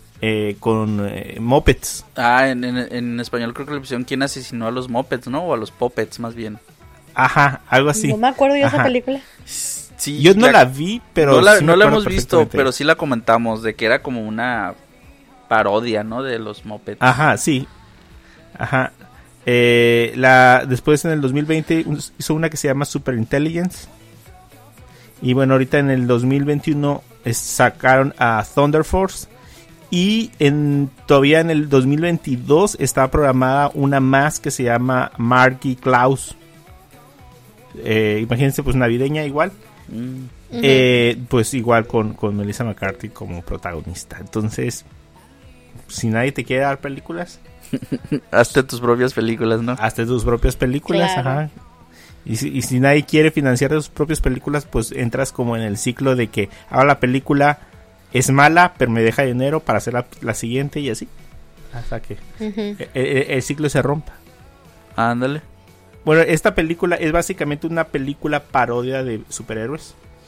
Muppets. En español creo que le pusieron ¿Quién asesinó a los Muppets, no? O a los Puppets, más bien. Ajá, algo así. No me acuerdo yo de esa película. Sí, yo no la vi, pero no la hemos visto, pero sí la comentamos, de que era como una parodia, ¿no? De los Muppets. Ajá, sí. Ajá. Después en el 2020 hizo una que se llama Super Intelligence. Y bueno, ahorita en el 2021 sacaron a Thunder Force. Y todavía en el 2022 está programada una más que se llama Marky Klaus. Imagínense, pues navideña igual. Pues igual con Melissa McCarthy como protagonista. Entonces, si nadie te quiere dar películas, hazte tus propias películas, ¿no? Hazte tus propias películas, claro. Ajá. Y si nadie quiere financiar sus propias películas, pues entras como en el ciclo de que ahora la película es mala, pero me deja dinero para hacer la siguiente y así. Hasta que el ciclo se rompa. Ándale. Bueno, esta película es básicamente una película parodia de superhéroes.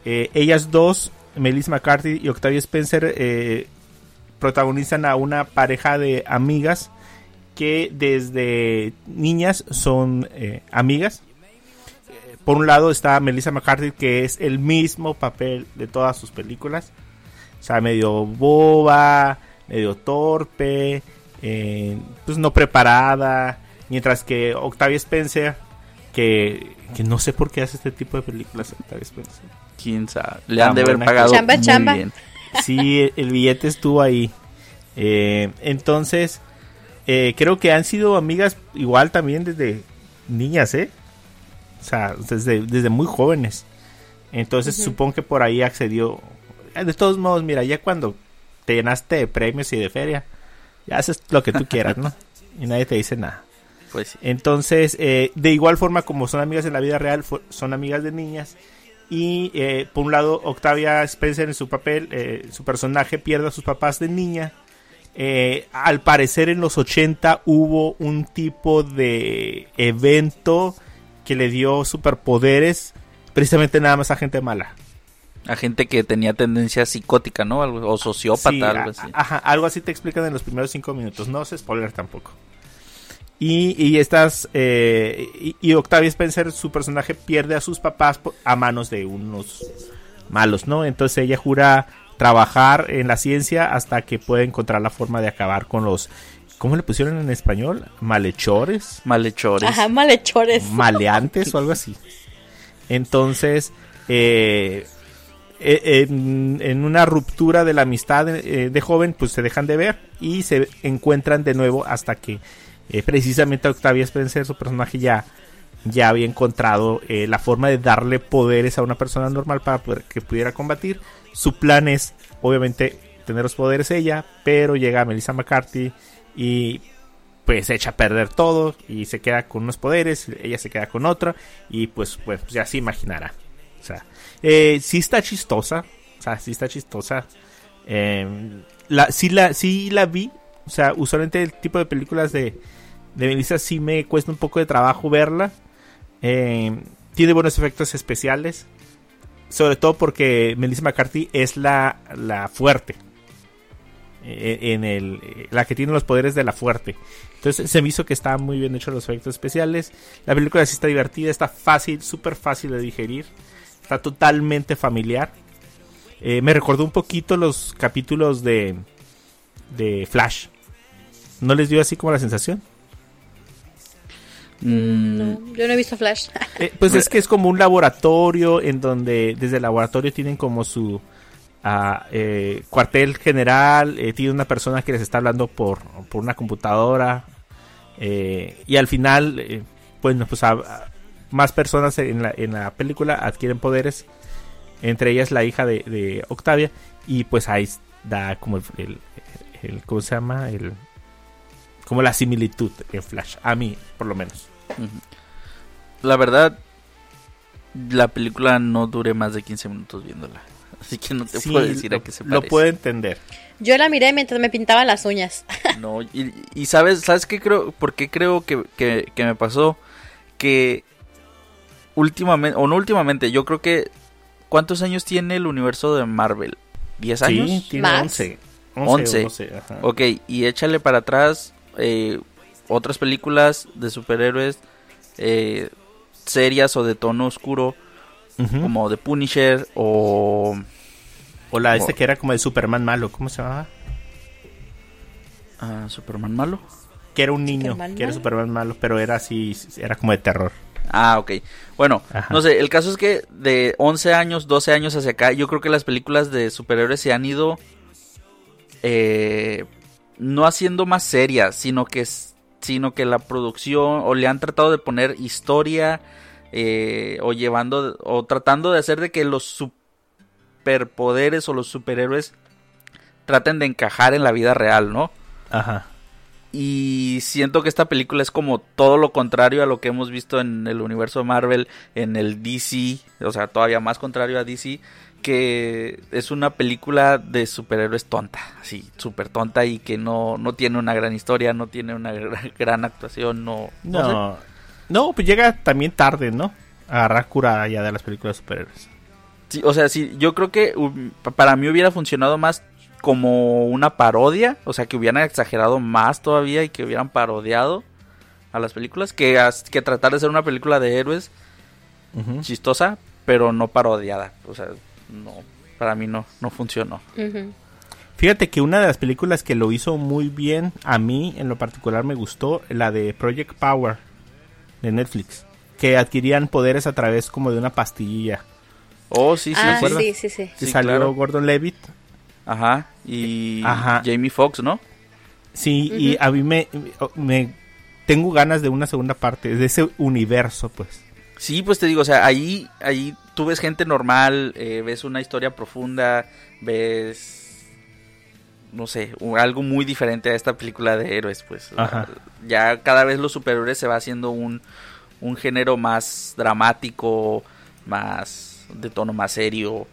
ellas dos, Melissa McCarthy y Octavia Spencer, protagonizan a una pareja de amigas que desde niñas son amigas. Por un lado está Melissa McCarthy, que es el mismo papel de todas sus películas. O sea, medio boba, medio torpe, pues no preparada. Mientras que Octavia Spencer, que no sé por qué hace este tipo de películas, Octavia Spencer. Quién sabe, le han de haber pagado muy bien. Sí, el billete estuvo ahí. Entonces, creo que han sido amigas igual también desde niñas, o sea, desde muy jóvenes. Entonces supongo que por ahí accedió. De todos modos, mira, ya cuando te llenaste de premios y de feria, ya haces lo que tú quieras, ¿no? Y nadie te dice nada. Pues sí. Entonces, de igual forma como son amigas en la vida real, son amigas de niñas. Y por un lado, Octavia Spencer en su papel, su personaje pierde a sus papás de niña. Al parecer en los 80 hubo un tipo de evento que le dio superpoderes precisamente nada más a gente mala. A gente que tenía tendencia psicótica, ¿no? O sociópata, Sí, algo así. Ajá, algo así te explican en los primeros 5 minutos. No se spoiler tampoco. Y estas y Octavia Spencer, su personaje, pierde a sus papás a manos de unos malos, ¿no? Entonces ella jura trabajar en la ciencia hasta que pueda encontrar la forma de acabar con los, ¿cómo le pusieron en español? Malhechores. Ajá, malhechores. Maleantes o algo así. Entonces, en una ruptura de la amistad de joven, pues se dejan de ver y se encuentran de nuevo hasta que precisamente Octavia Spencer, su personaje, ya había encontrado la forma de darle poderes a una persona normal para que pudiera combatir. Su plan es, obviamente, tener los poderes ella, pero llega Melissa McCarthy y pues echa a perder todo y se queda con unos poderes, ella se queda con otro y pues ya se imaginará. O sea, sí está chistosa, sí la vi. O sea, usualmente el tipo de películas de Melissa sí me cuesta un poco de trabajo verla. Tiene buenos efectos especiales, sobre todo porque Melissa McCarthy es la fuerte, la que tiene los poderes de la fuerte. Entonces se me hizo que estaban muy bien hechos los efectos especiales. La película sí está divertida, está fácil, súper fácil de digerir, está totalmente familiar. Me recordó un poquito los capítulos de Flash. ¿No les dio así como la sensación? No, yo no he visto Flash. Pues es que es como un laboratorio en donde desde el laboratorio tienen como su cuartel general, tiene una persona que les está hablando por una computadora, y al final bueno, pues más personas en la película adquieren poderes, entre ellas la hija de Octavia, y pues ahí da como el ¿cómo se llama? Como la similitud en Flash, a mí por lo menos. La verdad, la película no duré más de 15 minutos viéndola, así que no te puedo decir a qué se parece. Lo puedo entender. Yo la miré mientras me pintaban las uñas. No, y ¿sabes qué creo? ¿Por qué creo que me pasó? Que últimamente, o no últimamente, yo creo que ¿cuántos años tiene el universo de Marvel? ¿10 años? Sí, tiene ¿Más? 11. Ajá. Ok, y échale para atrás otras películas de superhéroes serias o de tono oscuro, como The Punisher o la que era como el Superman malo, ¿cómo se llamaba? Superman malo, que era un niño, que era Superman malo, pero era así, era como de terror. Ok. Bueno, no sé, el caso es que de 11 años, 12 años hacia acá, yo creo que las películas de superhéroes se han ido no haciendo más serias, sino que la producción, o le han tratado de poner historia, o tratando de hacer de que los superpoderes o los superhéroes traten de encajar en la vida real, ¿no? Ajá. Y siento que esta película es como todo lo contrario a lo que hemos visto en el universo de Marvel, en el DC, o sea, todavía más contrario a DC, que es una película de superhéroes tonta, así, súper tonta, y que no tiene una gran historia, no tiene una gran actuación, no sé. No, pues llega también tarde, ¿no? A agarrar cura ya de las películas de superhéroes. Sí, o sea, sí, yo creo que para mí hubiera funcionado más como una parodia, o sea, que hubieran exagerado más todavía y que hubieran parodiado a las películas, que tratar de ser una película de héroes chistosa, pero no parodiada. O sea, no, para mí no funcionó. Fíjate que una de las películas que lo hizo muy bien, a mí en lo particular me gustó, la de Project Power de Netflix, que adquirían poderes a través como de una pastilla. Oh, sí, sí. Sí, salió claro. Gordon Levitt. Ajá, y Jamie Foxx, ¿no? Sí, y a mí me tengo ganas de una segunda parte, de ese universo, pues. Sí, pues te digo, o sea, ahí tú ves gente normal, ves una historia profunda, ves, no sé, algo muy diferente a esta película de héroes, pues. Ajá. Ya cada vez los superhéroes se va haciendo un género más dramático, más de tono más serio.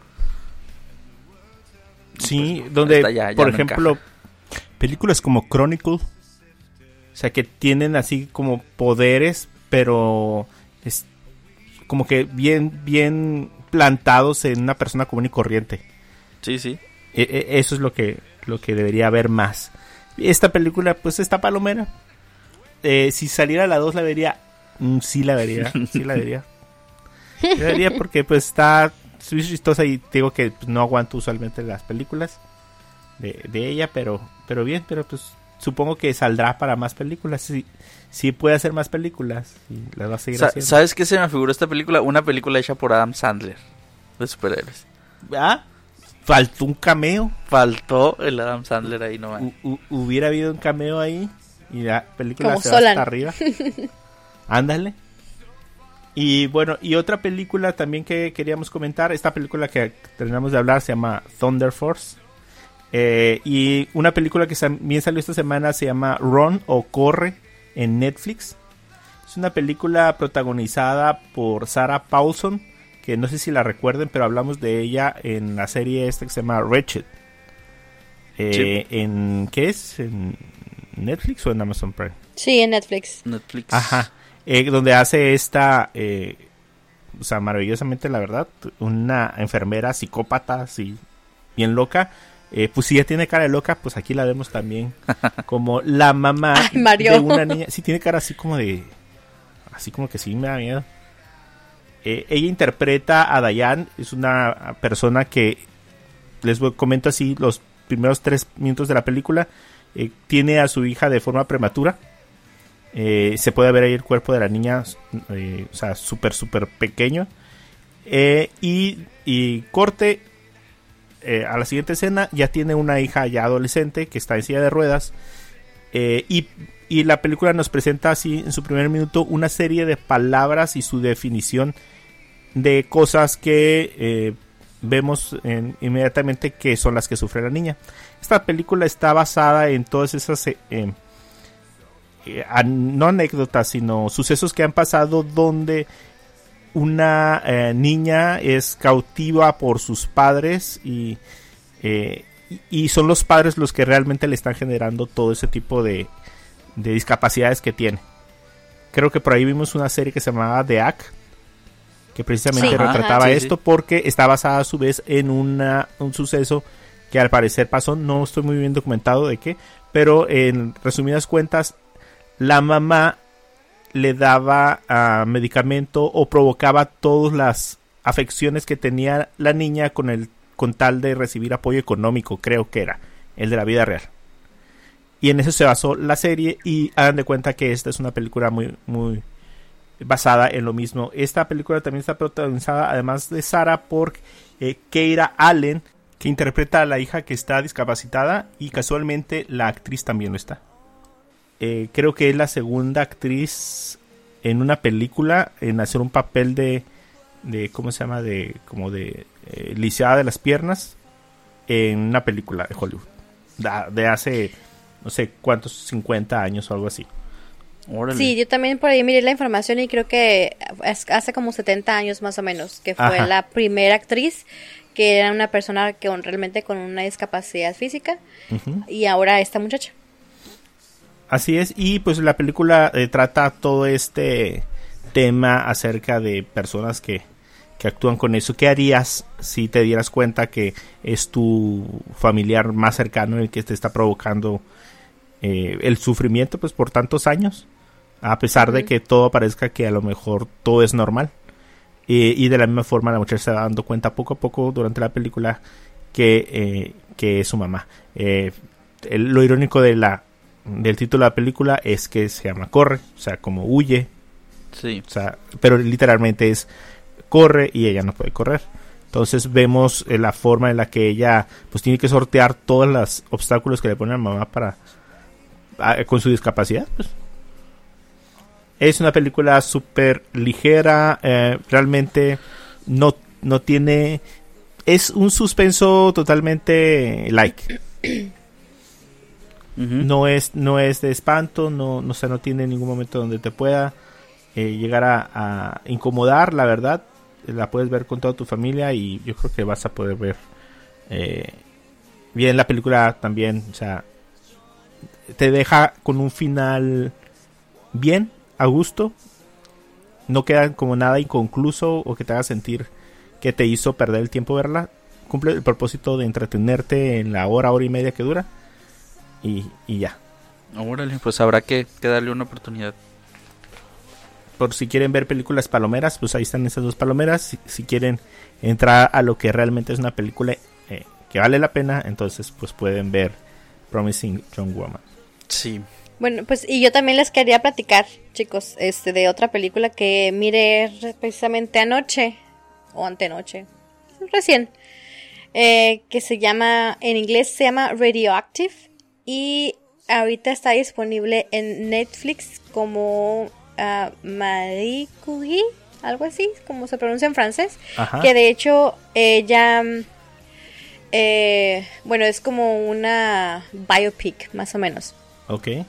Sí, pues, donde, ya por no ejemplo, encaja. Películas como Chronicle, o sea, que tienen así como poderes, pero es como que bien plantados en una persona común y corriente. Sí, sí. Eso es lo que debería haber más. Esta película, pues, está palomera. Si saliera la 2, la vería. Sí la vería. La vería porque, pues, está chistosa y te digo que pues, no aguanto usualmente las películas de ella, pero bien, pero pues supongo que saldrá para más películas. Sí puede hacer más películas y las va a seguir haciendo. ¿Sabes qué se me figuró esta película? Una película hecha por Adam Sandler de superhéroes. ¿Ah? Faltó un cameo. Faltó el Adam Sandler ahí nomás. Hubiera habido un cameo ahí y la película como se Solan. va hasta arriba. Ándale. Y bueno, y otra película también que queríamos comentar, esta película que terminamos de hablar se llama Thunder Force. Y una película que también salió esta semana se llama Run o Corre en Netflix. Es una película protagonizada por Sarah Paulson, que no sé si la recuerden, pero hablamos de ella en la serie esta que se llama Wretched. Sí. ¿Qué es? ¿En Netflix o en Amazon Prime? Sí, en Netflix. Ajá. Donde hace esta, o sea, maravillosamente, la verdad, una enfermera psicópata, así, bien loca. Pues si ya tiene cara de loca, pues aquí la vemos también como la mamá de una niña. Sí, tiene cara así como que sí me da miedo. Ella interpreta a Diane, es una persona que, comento así, los primeros 3 minutos de la película, tiene a su hija de forma prematura. Se puede ver ahí el cuerpo de la niña, o sea, súper pequeño. Y corte a la siguiente escena, ya tiene una hija ya adolescente que está en silla de ruedas. Y la película nos presenta así en su primer minuto una serie de palabras y su definición de cosas que vemos inmediatamente que son las que sufre la niña. Esta película está basada en todas esas no anécdotas, sino sucesos que han pasado donde una niña es cautiva por sus padres y son los padres los que realmente le están generando todo ese tipo de discapacidades que tiene. Creo que por ahí vimos una serie que se llamaba The Act, que precisamente retrataba esto, porque está basada a su vez en un suceso que al parecer pasó. No estoy muy bien documentado de qué, pero en resumidas cuentas, la mamá le daba medicamento o provocaba todas las afecciones que tenía la niña con tal de recibir apoyo económico, creo que era el de la vida real. Y en eso se basó la serie, y hagan de cuenta que esta es una película muy, muy basada en lo mismo. Esta película también está protagonizada, además de Sarah, por Keira Allen, que interpreta a la hija que está discapacitada, y casualmente la actriz también lo está. Creo que es la segunda actriz en una película en hacer un papel de ¿cómo se llama? Lisiada de las piernas en una película de Hollywood. De hace, no sé cuántos, 50 años o algo así. Órale. Sí, yo también por ahí miré la información y creo que hace como 70 años más o menos que fue la primera actriz que era una persona que realmente con una discapacidad física, y ahora esta muchacha. Así es, y pues la película trata todo este tema acerca de personas que que actúan con eso. ¿Qué harías si te dieras cuenta que es tu familiar más cercano el que te está provocando el sufrimiento pues por tantos años? A pesar de que todo parezca que a lo mejor todo es normal. Y de la misma forma la mujer se va dando cuenta poco a poco durante la película que es su mamá. Lo irónico del título de la película es que se llama Corre, o sea, como huye. Sí. O sea, pero literalmente es corre y ella no puede correr. Entonces vemos la forma en la que ella pues tiene que sortear todos los obstáculos que le pone a la mamá con su discapacidad. Pues. Es una película súper ligera, realmente no tiene... Es un suspenso totalmente like. No es de espanto, no tiene ningún momento donde te pueda llegar a incomodar, la verdad. La puedes ver con toda tu familia y yo creo que vas a poder ver bien la película también. O sea, te deja con un final bien, a gusto. No queda como nada inconcluso o que te haga sentir que te hizo perder el tiempo verla. Cumple el propósito de entretenerte en la hora y media que dura. Y ya. Órale, pues habrá que darle una oportunidad. Por si quieren ver películas palomeras, pues ahí están esas dos palomeras. Si quieren entrar a lo que realmente es una película que vale la pena, entonces pues pueden ver Promising Young Woman. Sí. Bueno, pues y yo también les quería platicar, chicos, de otra película que miré precisamente anoche o antenoche, recién, que se llama, en inglés se llama Radioactive y ahorita está disponible en Netflix como Marie Curie, algo así, como se pronuncia en francés. Ajá. Que de hecho ella, bueno, es como una biopic más o menos. Okay.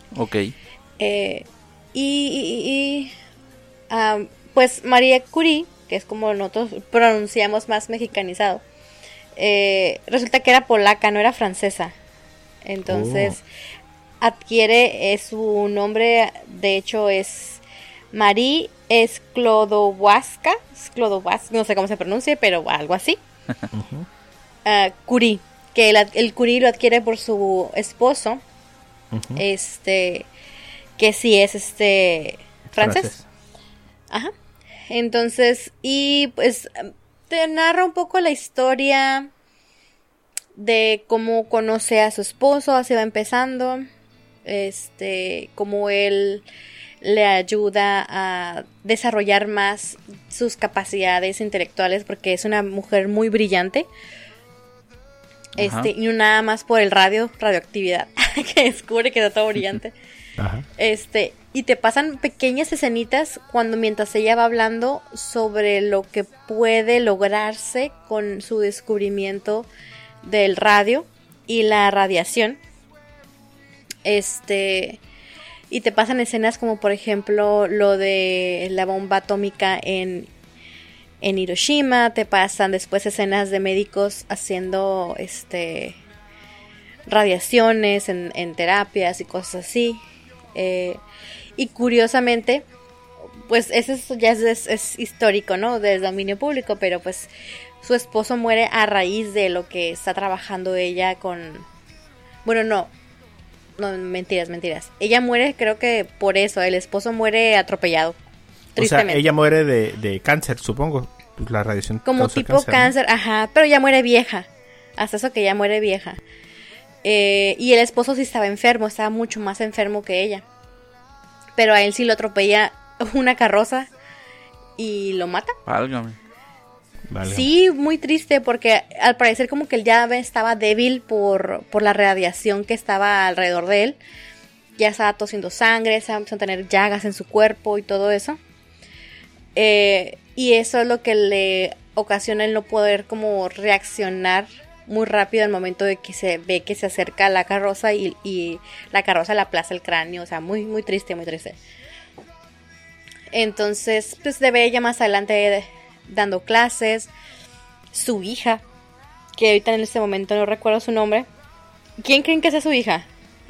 Pues Marie Curie, que es como nosotros pronunciamos más mexicanizado, resulta que era polaca, no era francesa. Entonces adquiere su nombre, de hecho es Marie Sklodowska, no sé cómo se pronuncia, pero algo así. Curie, que el Curie lo adquiere por su esposo, que sí es francés. Ajá. Entonces, y pues te narra un poco la historia de cómo conoce a su esposo, así va empezando, cómo él le ayuda a desarrollar más sus capacidades intelectuales, porque es una mujer muy brillante. Y no nada más por el radioactividad, que descubre que está todo brillante. Ajá. Y te pasan pequeñas escenitas mientras ella va hablando sobre lo que puede lograrse con su descubrimiento del radio y la radiación. Y te pasan escenas como por ejemplo lo de la bomba atómica en Hiroshima. Te pasan después escenas de médicos haciendo radiaciones en terapias y cosas así. Y curiosamente, pues eso ya es histórico, ¿no? Del dominio público, pero pues su esposo muere a raíz de lo que está trabajando ella con... Bueno, no, mentiras. Ella muere, creo que por eso, el esposo muere atropellado. Tristemente. O sea, ella muere de cáncer, supongo. Pues la radiación como tipo cáncer, ¿no? Ajá, pero ya muere vieja. Hasta eso que ya muere vieja. Y el esposo sí estaba enfermo, estaba mucho más enfermo que ella. Pero a él sí lo atropella una carroza y lo mata. Válgame. Sí, muy triste porque al parecer como que él ya estaba débil por la radiación que estaba alrededor de él. Ya estaba tosiendo sangre, se empezó a tener llagas en su cuerpo y todo eso. Y eso es lo que le ocasiona el no poder como reaccionar muy rápido al momento de que se ve que se acerca la carroza y la carroza le aplaza el cráneo. O sea, muy, muy triste, muy triste. Entonces, pues se ve ella más adelante dando clases. Su hija, que ahorita en este momento no recuerdo su nombre. ¿Quién creen que es su hija?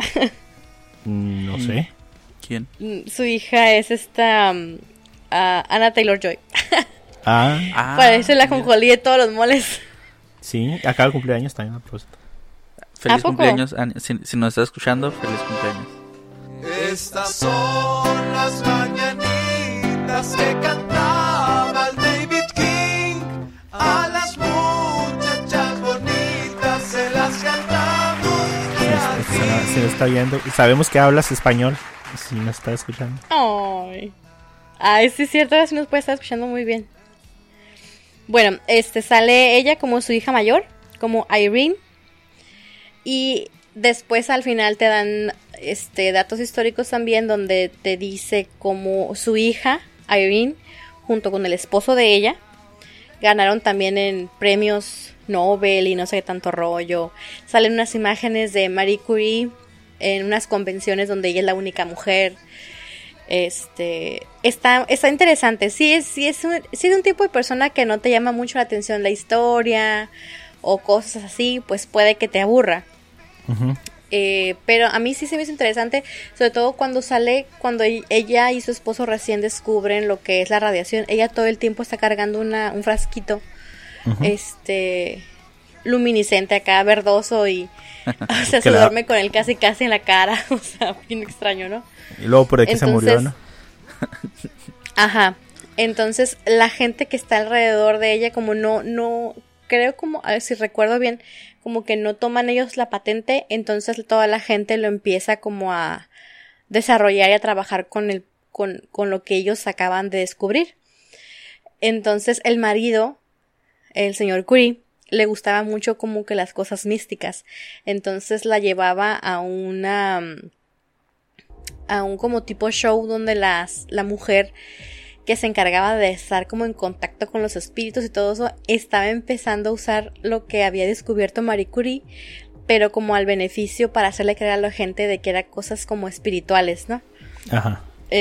No sé. ¿Quién? Su hija es Anna Taylor-Joy. Parece la ajonjolí de todos los moles. Sí, acaba el cumpleaños también, a propósito. Feliz cumpleaños, si nos está escuchando, feliz cumpleaños. Estas son las mañanitas que cantaba el David King. A las muchachas bonitas se las cantamos. Se nos está viendo. Sabemos que hablas español, si nos está escuchando. Ay, sí es cierto, así nos puede estar escuchando muy bien. Bueno, sale ella como su hija mayor, como Irene. Y después al final te dan datos históricos también, donde te dice cómo su hija Irene junto con el esposo de ella ganaron también en premios Nobel y no sé qué tanto rollo. Salen unas imágenes de Marie Curie en unas convenciones donde ella es la única mujer. Está interesante. Si es un tipo de persona que no te llama mucho la atención la historia o cosas así, pues puede que te aburra. Uh-huh. Pero a mí sí se me hizo interesante, sobre todo cuando ella y su esposo recién descubren lo que es la radiación. Ella todo el tiempo está cargando un frasquito, uh-huh, luminiscente acá, verdoso, y o sea, se duerme con él casi en la cara. O sea, bien extraño, ¿no? Y luego por ahí que se murió, ¿no? Ajá. Entonces la gente que está alrededor de ella, como no creo, como a ver si recuerdo bien, como que no toman ellos la patente, entonces toda la gente lo empieza como a desarrollar y a trabajar con lo que ellos acaban de descubrir. Entonces el marido, el señor Curie, le gustaba mucho como que las cosas místicas, entonces la llevaba a un como tipo show donde la mujer que se encargaba de estar como en contacto con los espíritus y todo eso, estaba empezando a usar lo que había descubierto Marie Curie, pero como al beneficio para hacerle creer a la gente de que eran cosas como espirituales, ¿no? Ajá.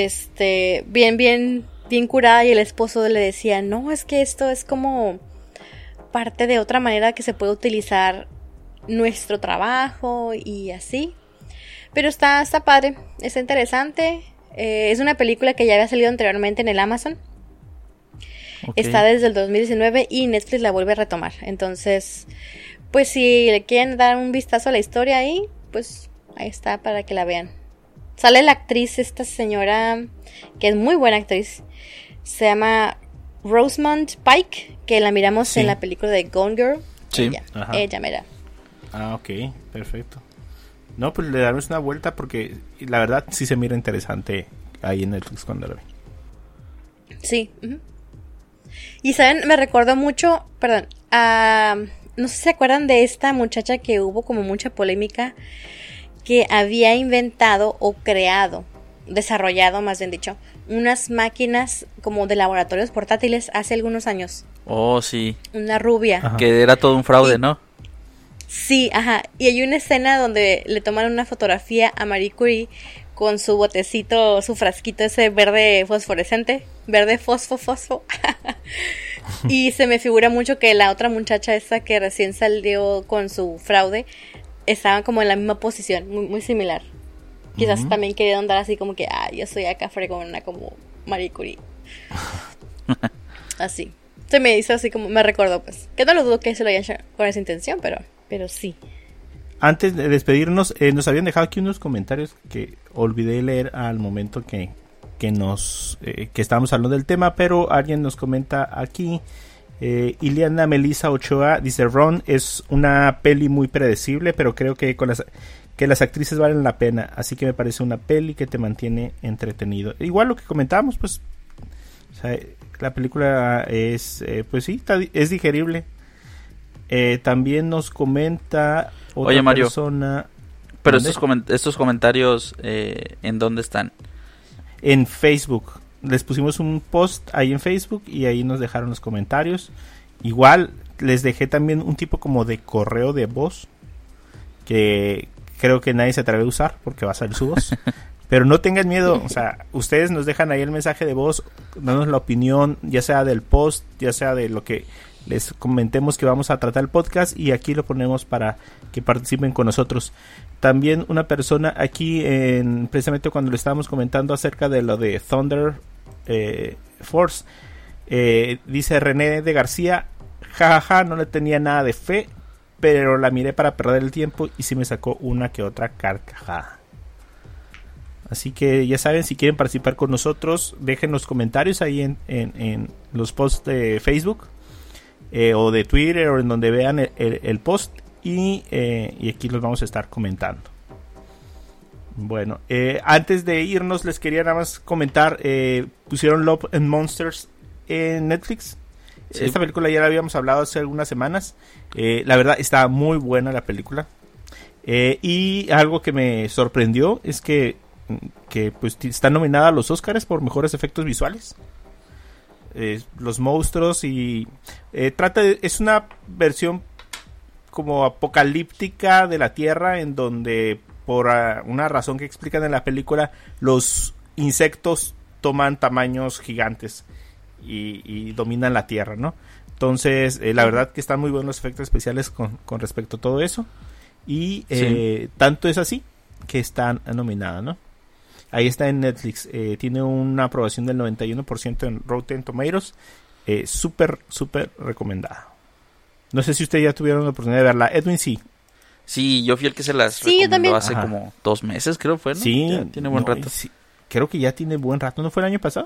Bien curada, y el esposo le decía, no, es que esto es como parte de otra manera que se puede utilizar nuestro trabajo y así. Pero está padre, está interesante. Es una película que ya había salido anteriormente en el Amazon. Okay. Está desde el 2019 y Netflix la vuelve a retomar. Entonces, pues si le quieren dar un vistazo a la historia ahí, pues ahí está para que la vean. Sale la actriz, esta señora, que es muy buena actriz. Se llama Rosamund Pike, que la miramos en la película de Gone Girl. Sí. Ella mira. Ah, ok, perfecto. No, pues le damos una vuelta porque la verdad sí se mira interesante ahí en Netflix cuando lo ve. Sí. Uh-huh. Y saben, me recordó mucho, no sé si se acuerdan de esta muchacha que hubo como mucha polémica, que había inventado o desarrollado más bien dicho, unas máquinas como de laboratorios portátiles hace algunos años. Oh, sí. Una rubia. Ajá. Que era todo un fraude, ¿no? Sí, ajá. Y hay una escena donde le toman una fotografía a Marie Curie con su botecito, su frasquito ese verde fosforescente, verde fosfo. Y se me figura mucho que la otra muchacha esa que recién salió con su fraude estaban como en la misma posición, muy, muy similar. Quizás también querían andar así como que, yo soy acá fregona como Marie Curie. Así. Se me hizo así como, me recordó pues. Que no lo dudo que se lo hayan hecho con esa intención, pero sí. Antes de despedirnos, nos habían dejado aquí unos comentarios que olvidé leer al momento que estábamos hablando del tema, pero alguien nos comenta aquí, Iliana Melissa Ochoa dice, Ron es una peli muy predecible, pero creo que las actrices valen la pena, así que me parece una peli que te mantiene entretenido. Igual lo que comentábamos, pues, o sea, la película es, pues sí, es digerible. También nos comenta otra Oye, Mario, persona. pero estos comentarios, ¿en dónde están? En Facebook. Les pusimos un post ahí en Facebook y ahí nos dejaron los comentarios. Igual les dejé también un tipo como de correo de voz que creo que nadie se atreve a usar porque va a salir su voz. Pero no tengan miedo, o sea, ustedes nos dejan ahí el mensaje de voz, danos la opinión, ya sea del post, ya sea de lo que les comentemos que vamos a tratar el podcast, y aquí lo ponemos para que participen con nosotros. También una persona aquí, precisamente cuando le estábamos comentando acerca de lo de Thunder Force, Dice René de García, jajaja, no le tenía nada de fe, pero la miré para perder el tiempo y sí me sacó una que otra carcajada. Así que ya saben, si quieren participar con nosotros, dejen los comentarios ahí en los posts de Facebook o de Twitter o en donde vean el post y aquí los vamos a estar comentando. Bueno, antes de irnos les quería nada más comentar, pusieron Love and Monsters en Netflix. Sí. Esta película ya la habíamos hablado hace algunas semanas. La verdad está muy buena la película. Y algo que me sorprendió es que pues está nominada a los Oscars por mejores efectos visuales. Los monstruos y es una versión como apocalíptica de la Tierra, en donde por una razón que explican en la película, los insectos toman tamaños gigantes y dominan la Tierra, ¿no? Entonces, la verdad que están muy buenos los efectos especiales con respecto a todo eso. Y sí. Tanto es así que están nominadas, ¿no? Ahí está en Netflix. Tiene una aprobación del 91% en Rotten Tomatoes. Súper recomendada. No sé si ustedes ya tuvieron la oportunidad de verla. Edwin, sí. Sí, yo fui el que se las recomendó hace como 2 meses, creo fue, ¿no? Sí. Ya tiene buen rato. Sí, creo que ya tiene buen rato. ¿No fue el año pasado?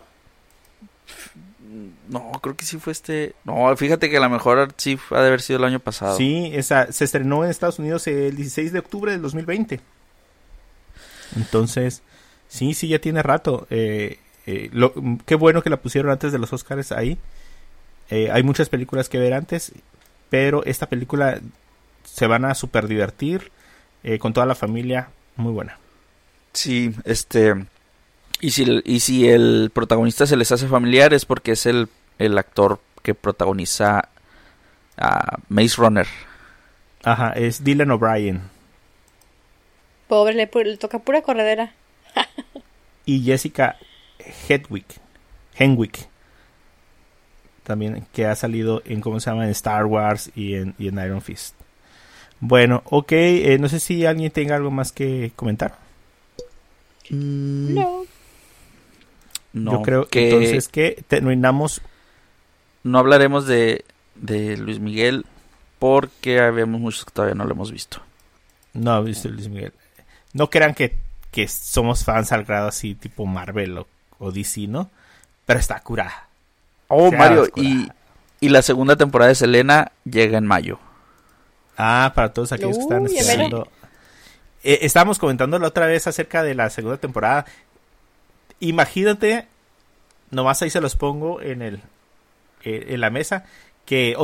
No, creo que sí fue No, fíjate que a lo mejor sí ha de haber sido el año pasado. Sí, se estrenó en Estados Unidos el 16 de octubre del 2020. Entonces, sí, ya tiene rato. Qué bueno que la pusieron antes de los Oscars ahí. Hay muchas películas que ver antes, pero esta película se van a super divertir con toda la familia. Muy buena. Sí, Y si el protagonista se les hace familiar es porque es el actor que protagoniza a Maze Runner. Ajá, es Dylan O'Brien. Pobre, le toca pura corredera. Y Jessica Henwick. También, que ha salido en, ¿cómo se llama? En Star Wars y en Iron Fist. Bueno, ok, no sé si alguien tenga algo más que comentar. No. Yo creo que entonces que terminamos. No hablaremos de Luis Miguel porque habemos muchos que todavía no lo hemos visto. No he visto Luis Miguel. No crean que somos fans al grado así tipo Marvel o DC, ¿no? Pero está curada. Oh, Mario, y la segunda temporada de Selena llega en mayo. Ah, para todos aquellos que están esperando. Estábamos comentando la otra vez acerca de la segunda temporada. Imagínate, nomás ahí se los pongo en la mesa, que,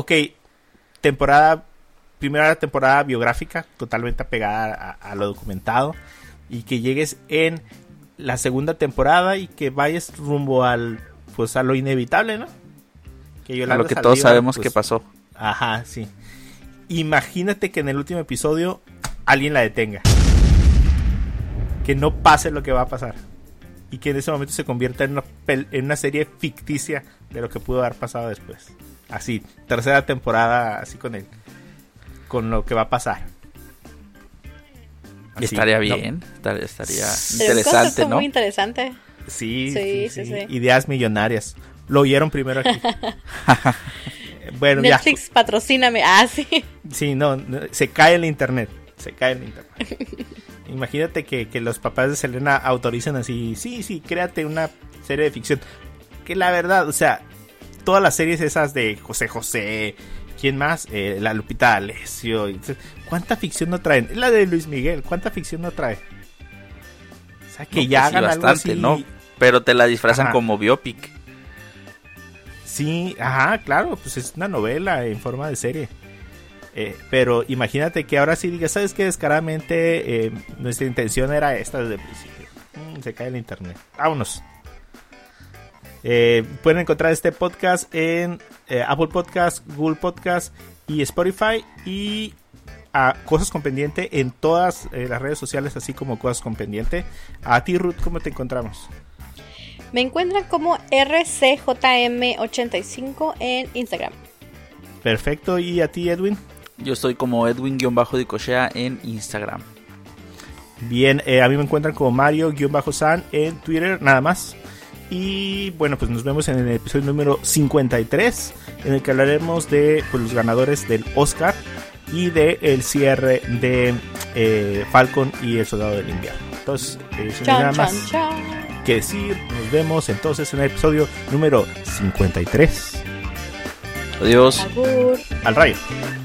primera temporada biográfica, totalmente apegada a lo documentado, y que llegues en la segunda temporada y que vayas rumbo a lo inevitable, ¿no? Que Yolanda a lo que Saldívar, todos sabemos que pasó. Ajá, sí. Imagínate que en el último episodio alguien la detenga. Que no pase lo que va a pasar. Y que en ese momento se convierta en una serie ficticia de lo que pudo haber pasado después. Así, tercera temporada, así con lo que va a pasar. Así, estaría bien, estaría interesante, ¿no? Muy interesante. Sí. Ideas millonarias. Lo oyeron primero aquí. Bueno, Netflix, ya. Patrocíname. Sí. Sí, no, se cae el internet. Imagínate que los papás de Selena autoricen así, sí, créate una serie de ficción. Que la verdad, o sea, todas las series esas de José José, ¿quién más? La Lupita D'Alessio. ¿Cuánta ficción no traen? La de Luis Miguel, ¿cuánta ficción no trae? O sea, que no, ya hagan bastante, algo así. ¿no? Pero te la disfrazan como biopic. Sí, claro, pues es una novela en forma de serie. Pero imagínate que ahora sí digas, ¿sabes qué? Descaradamente nuestra intención era esta desde el principio. Se cae el internet. Vámonos. Pueden encontrar este podcast en Apple Podcast, Google Podcast y Spotify. Y a Cosas con Pendiente en todas las redes sociales, así como Cosas con Pendiente. A ti, Ruth, ¿cómo te encontramos? Me encuentran como RCJM85 en Instagram. Perfecto. ¿Y a ti, Edwin? Yo estoy como Edwin-Dicochea en Instagram. Bien, a mí me encuentran como Mario-San en Twitter, nada más. Y bueno, pues nos vemos en el episodio número 53, en el que hablaremos de pues, los ganadores del Oscar y de el cierre de Falcon y el Soldado del Invierno. Entonces, sin nada más que decir, nos vemos entonces en el episodio número 53. Adiós. Agur. Al rayo.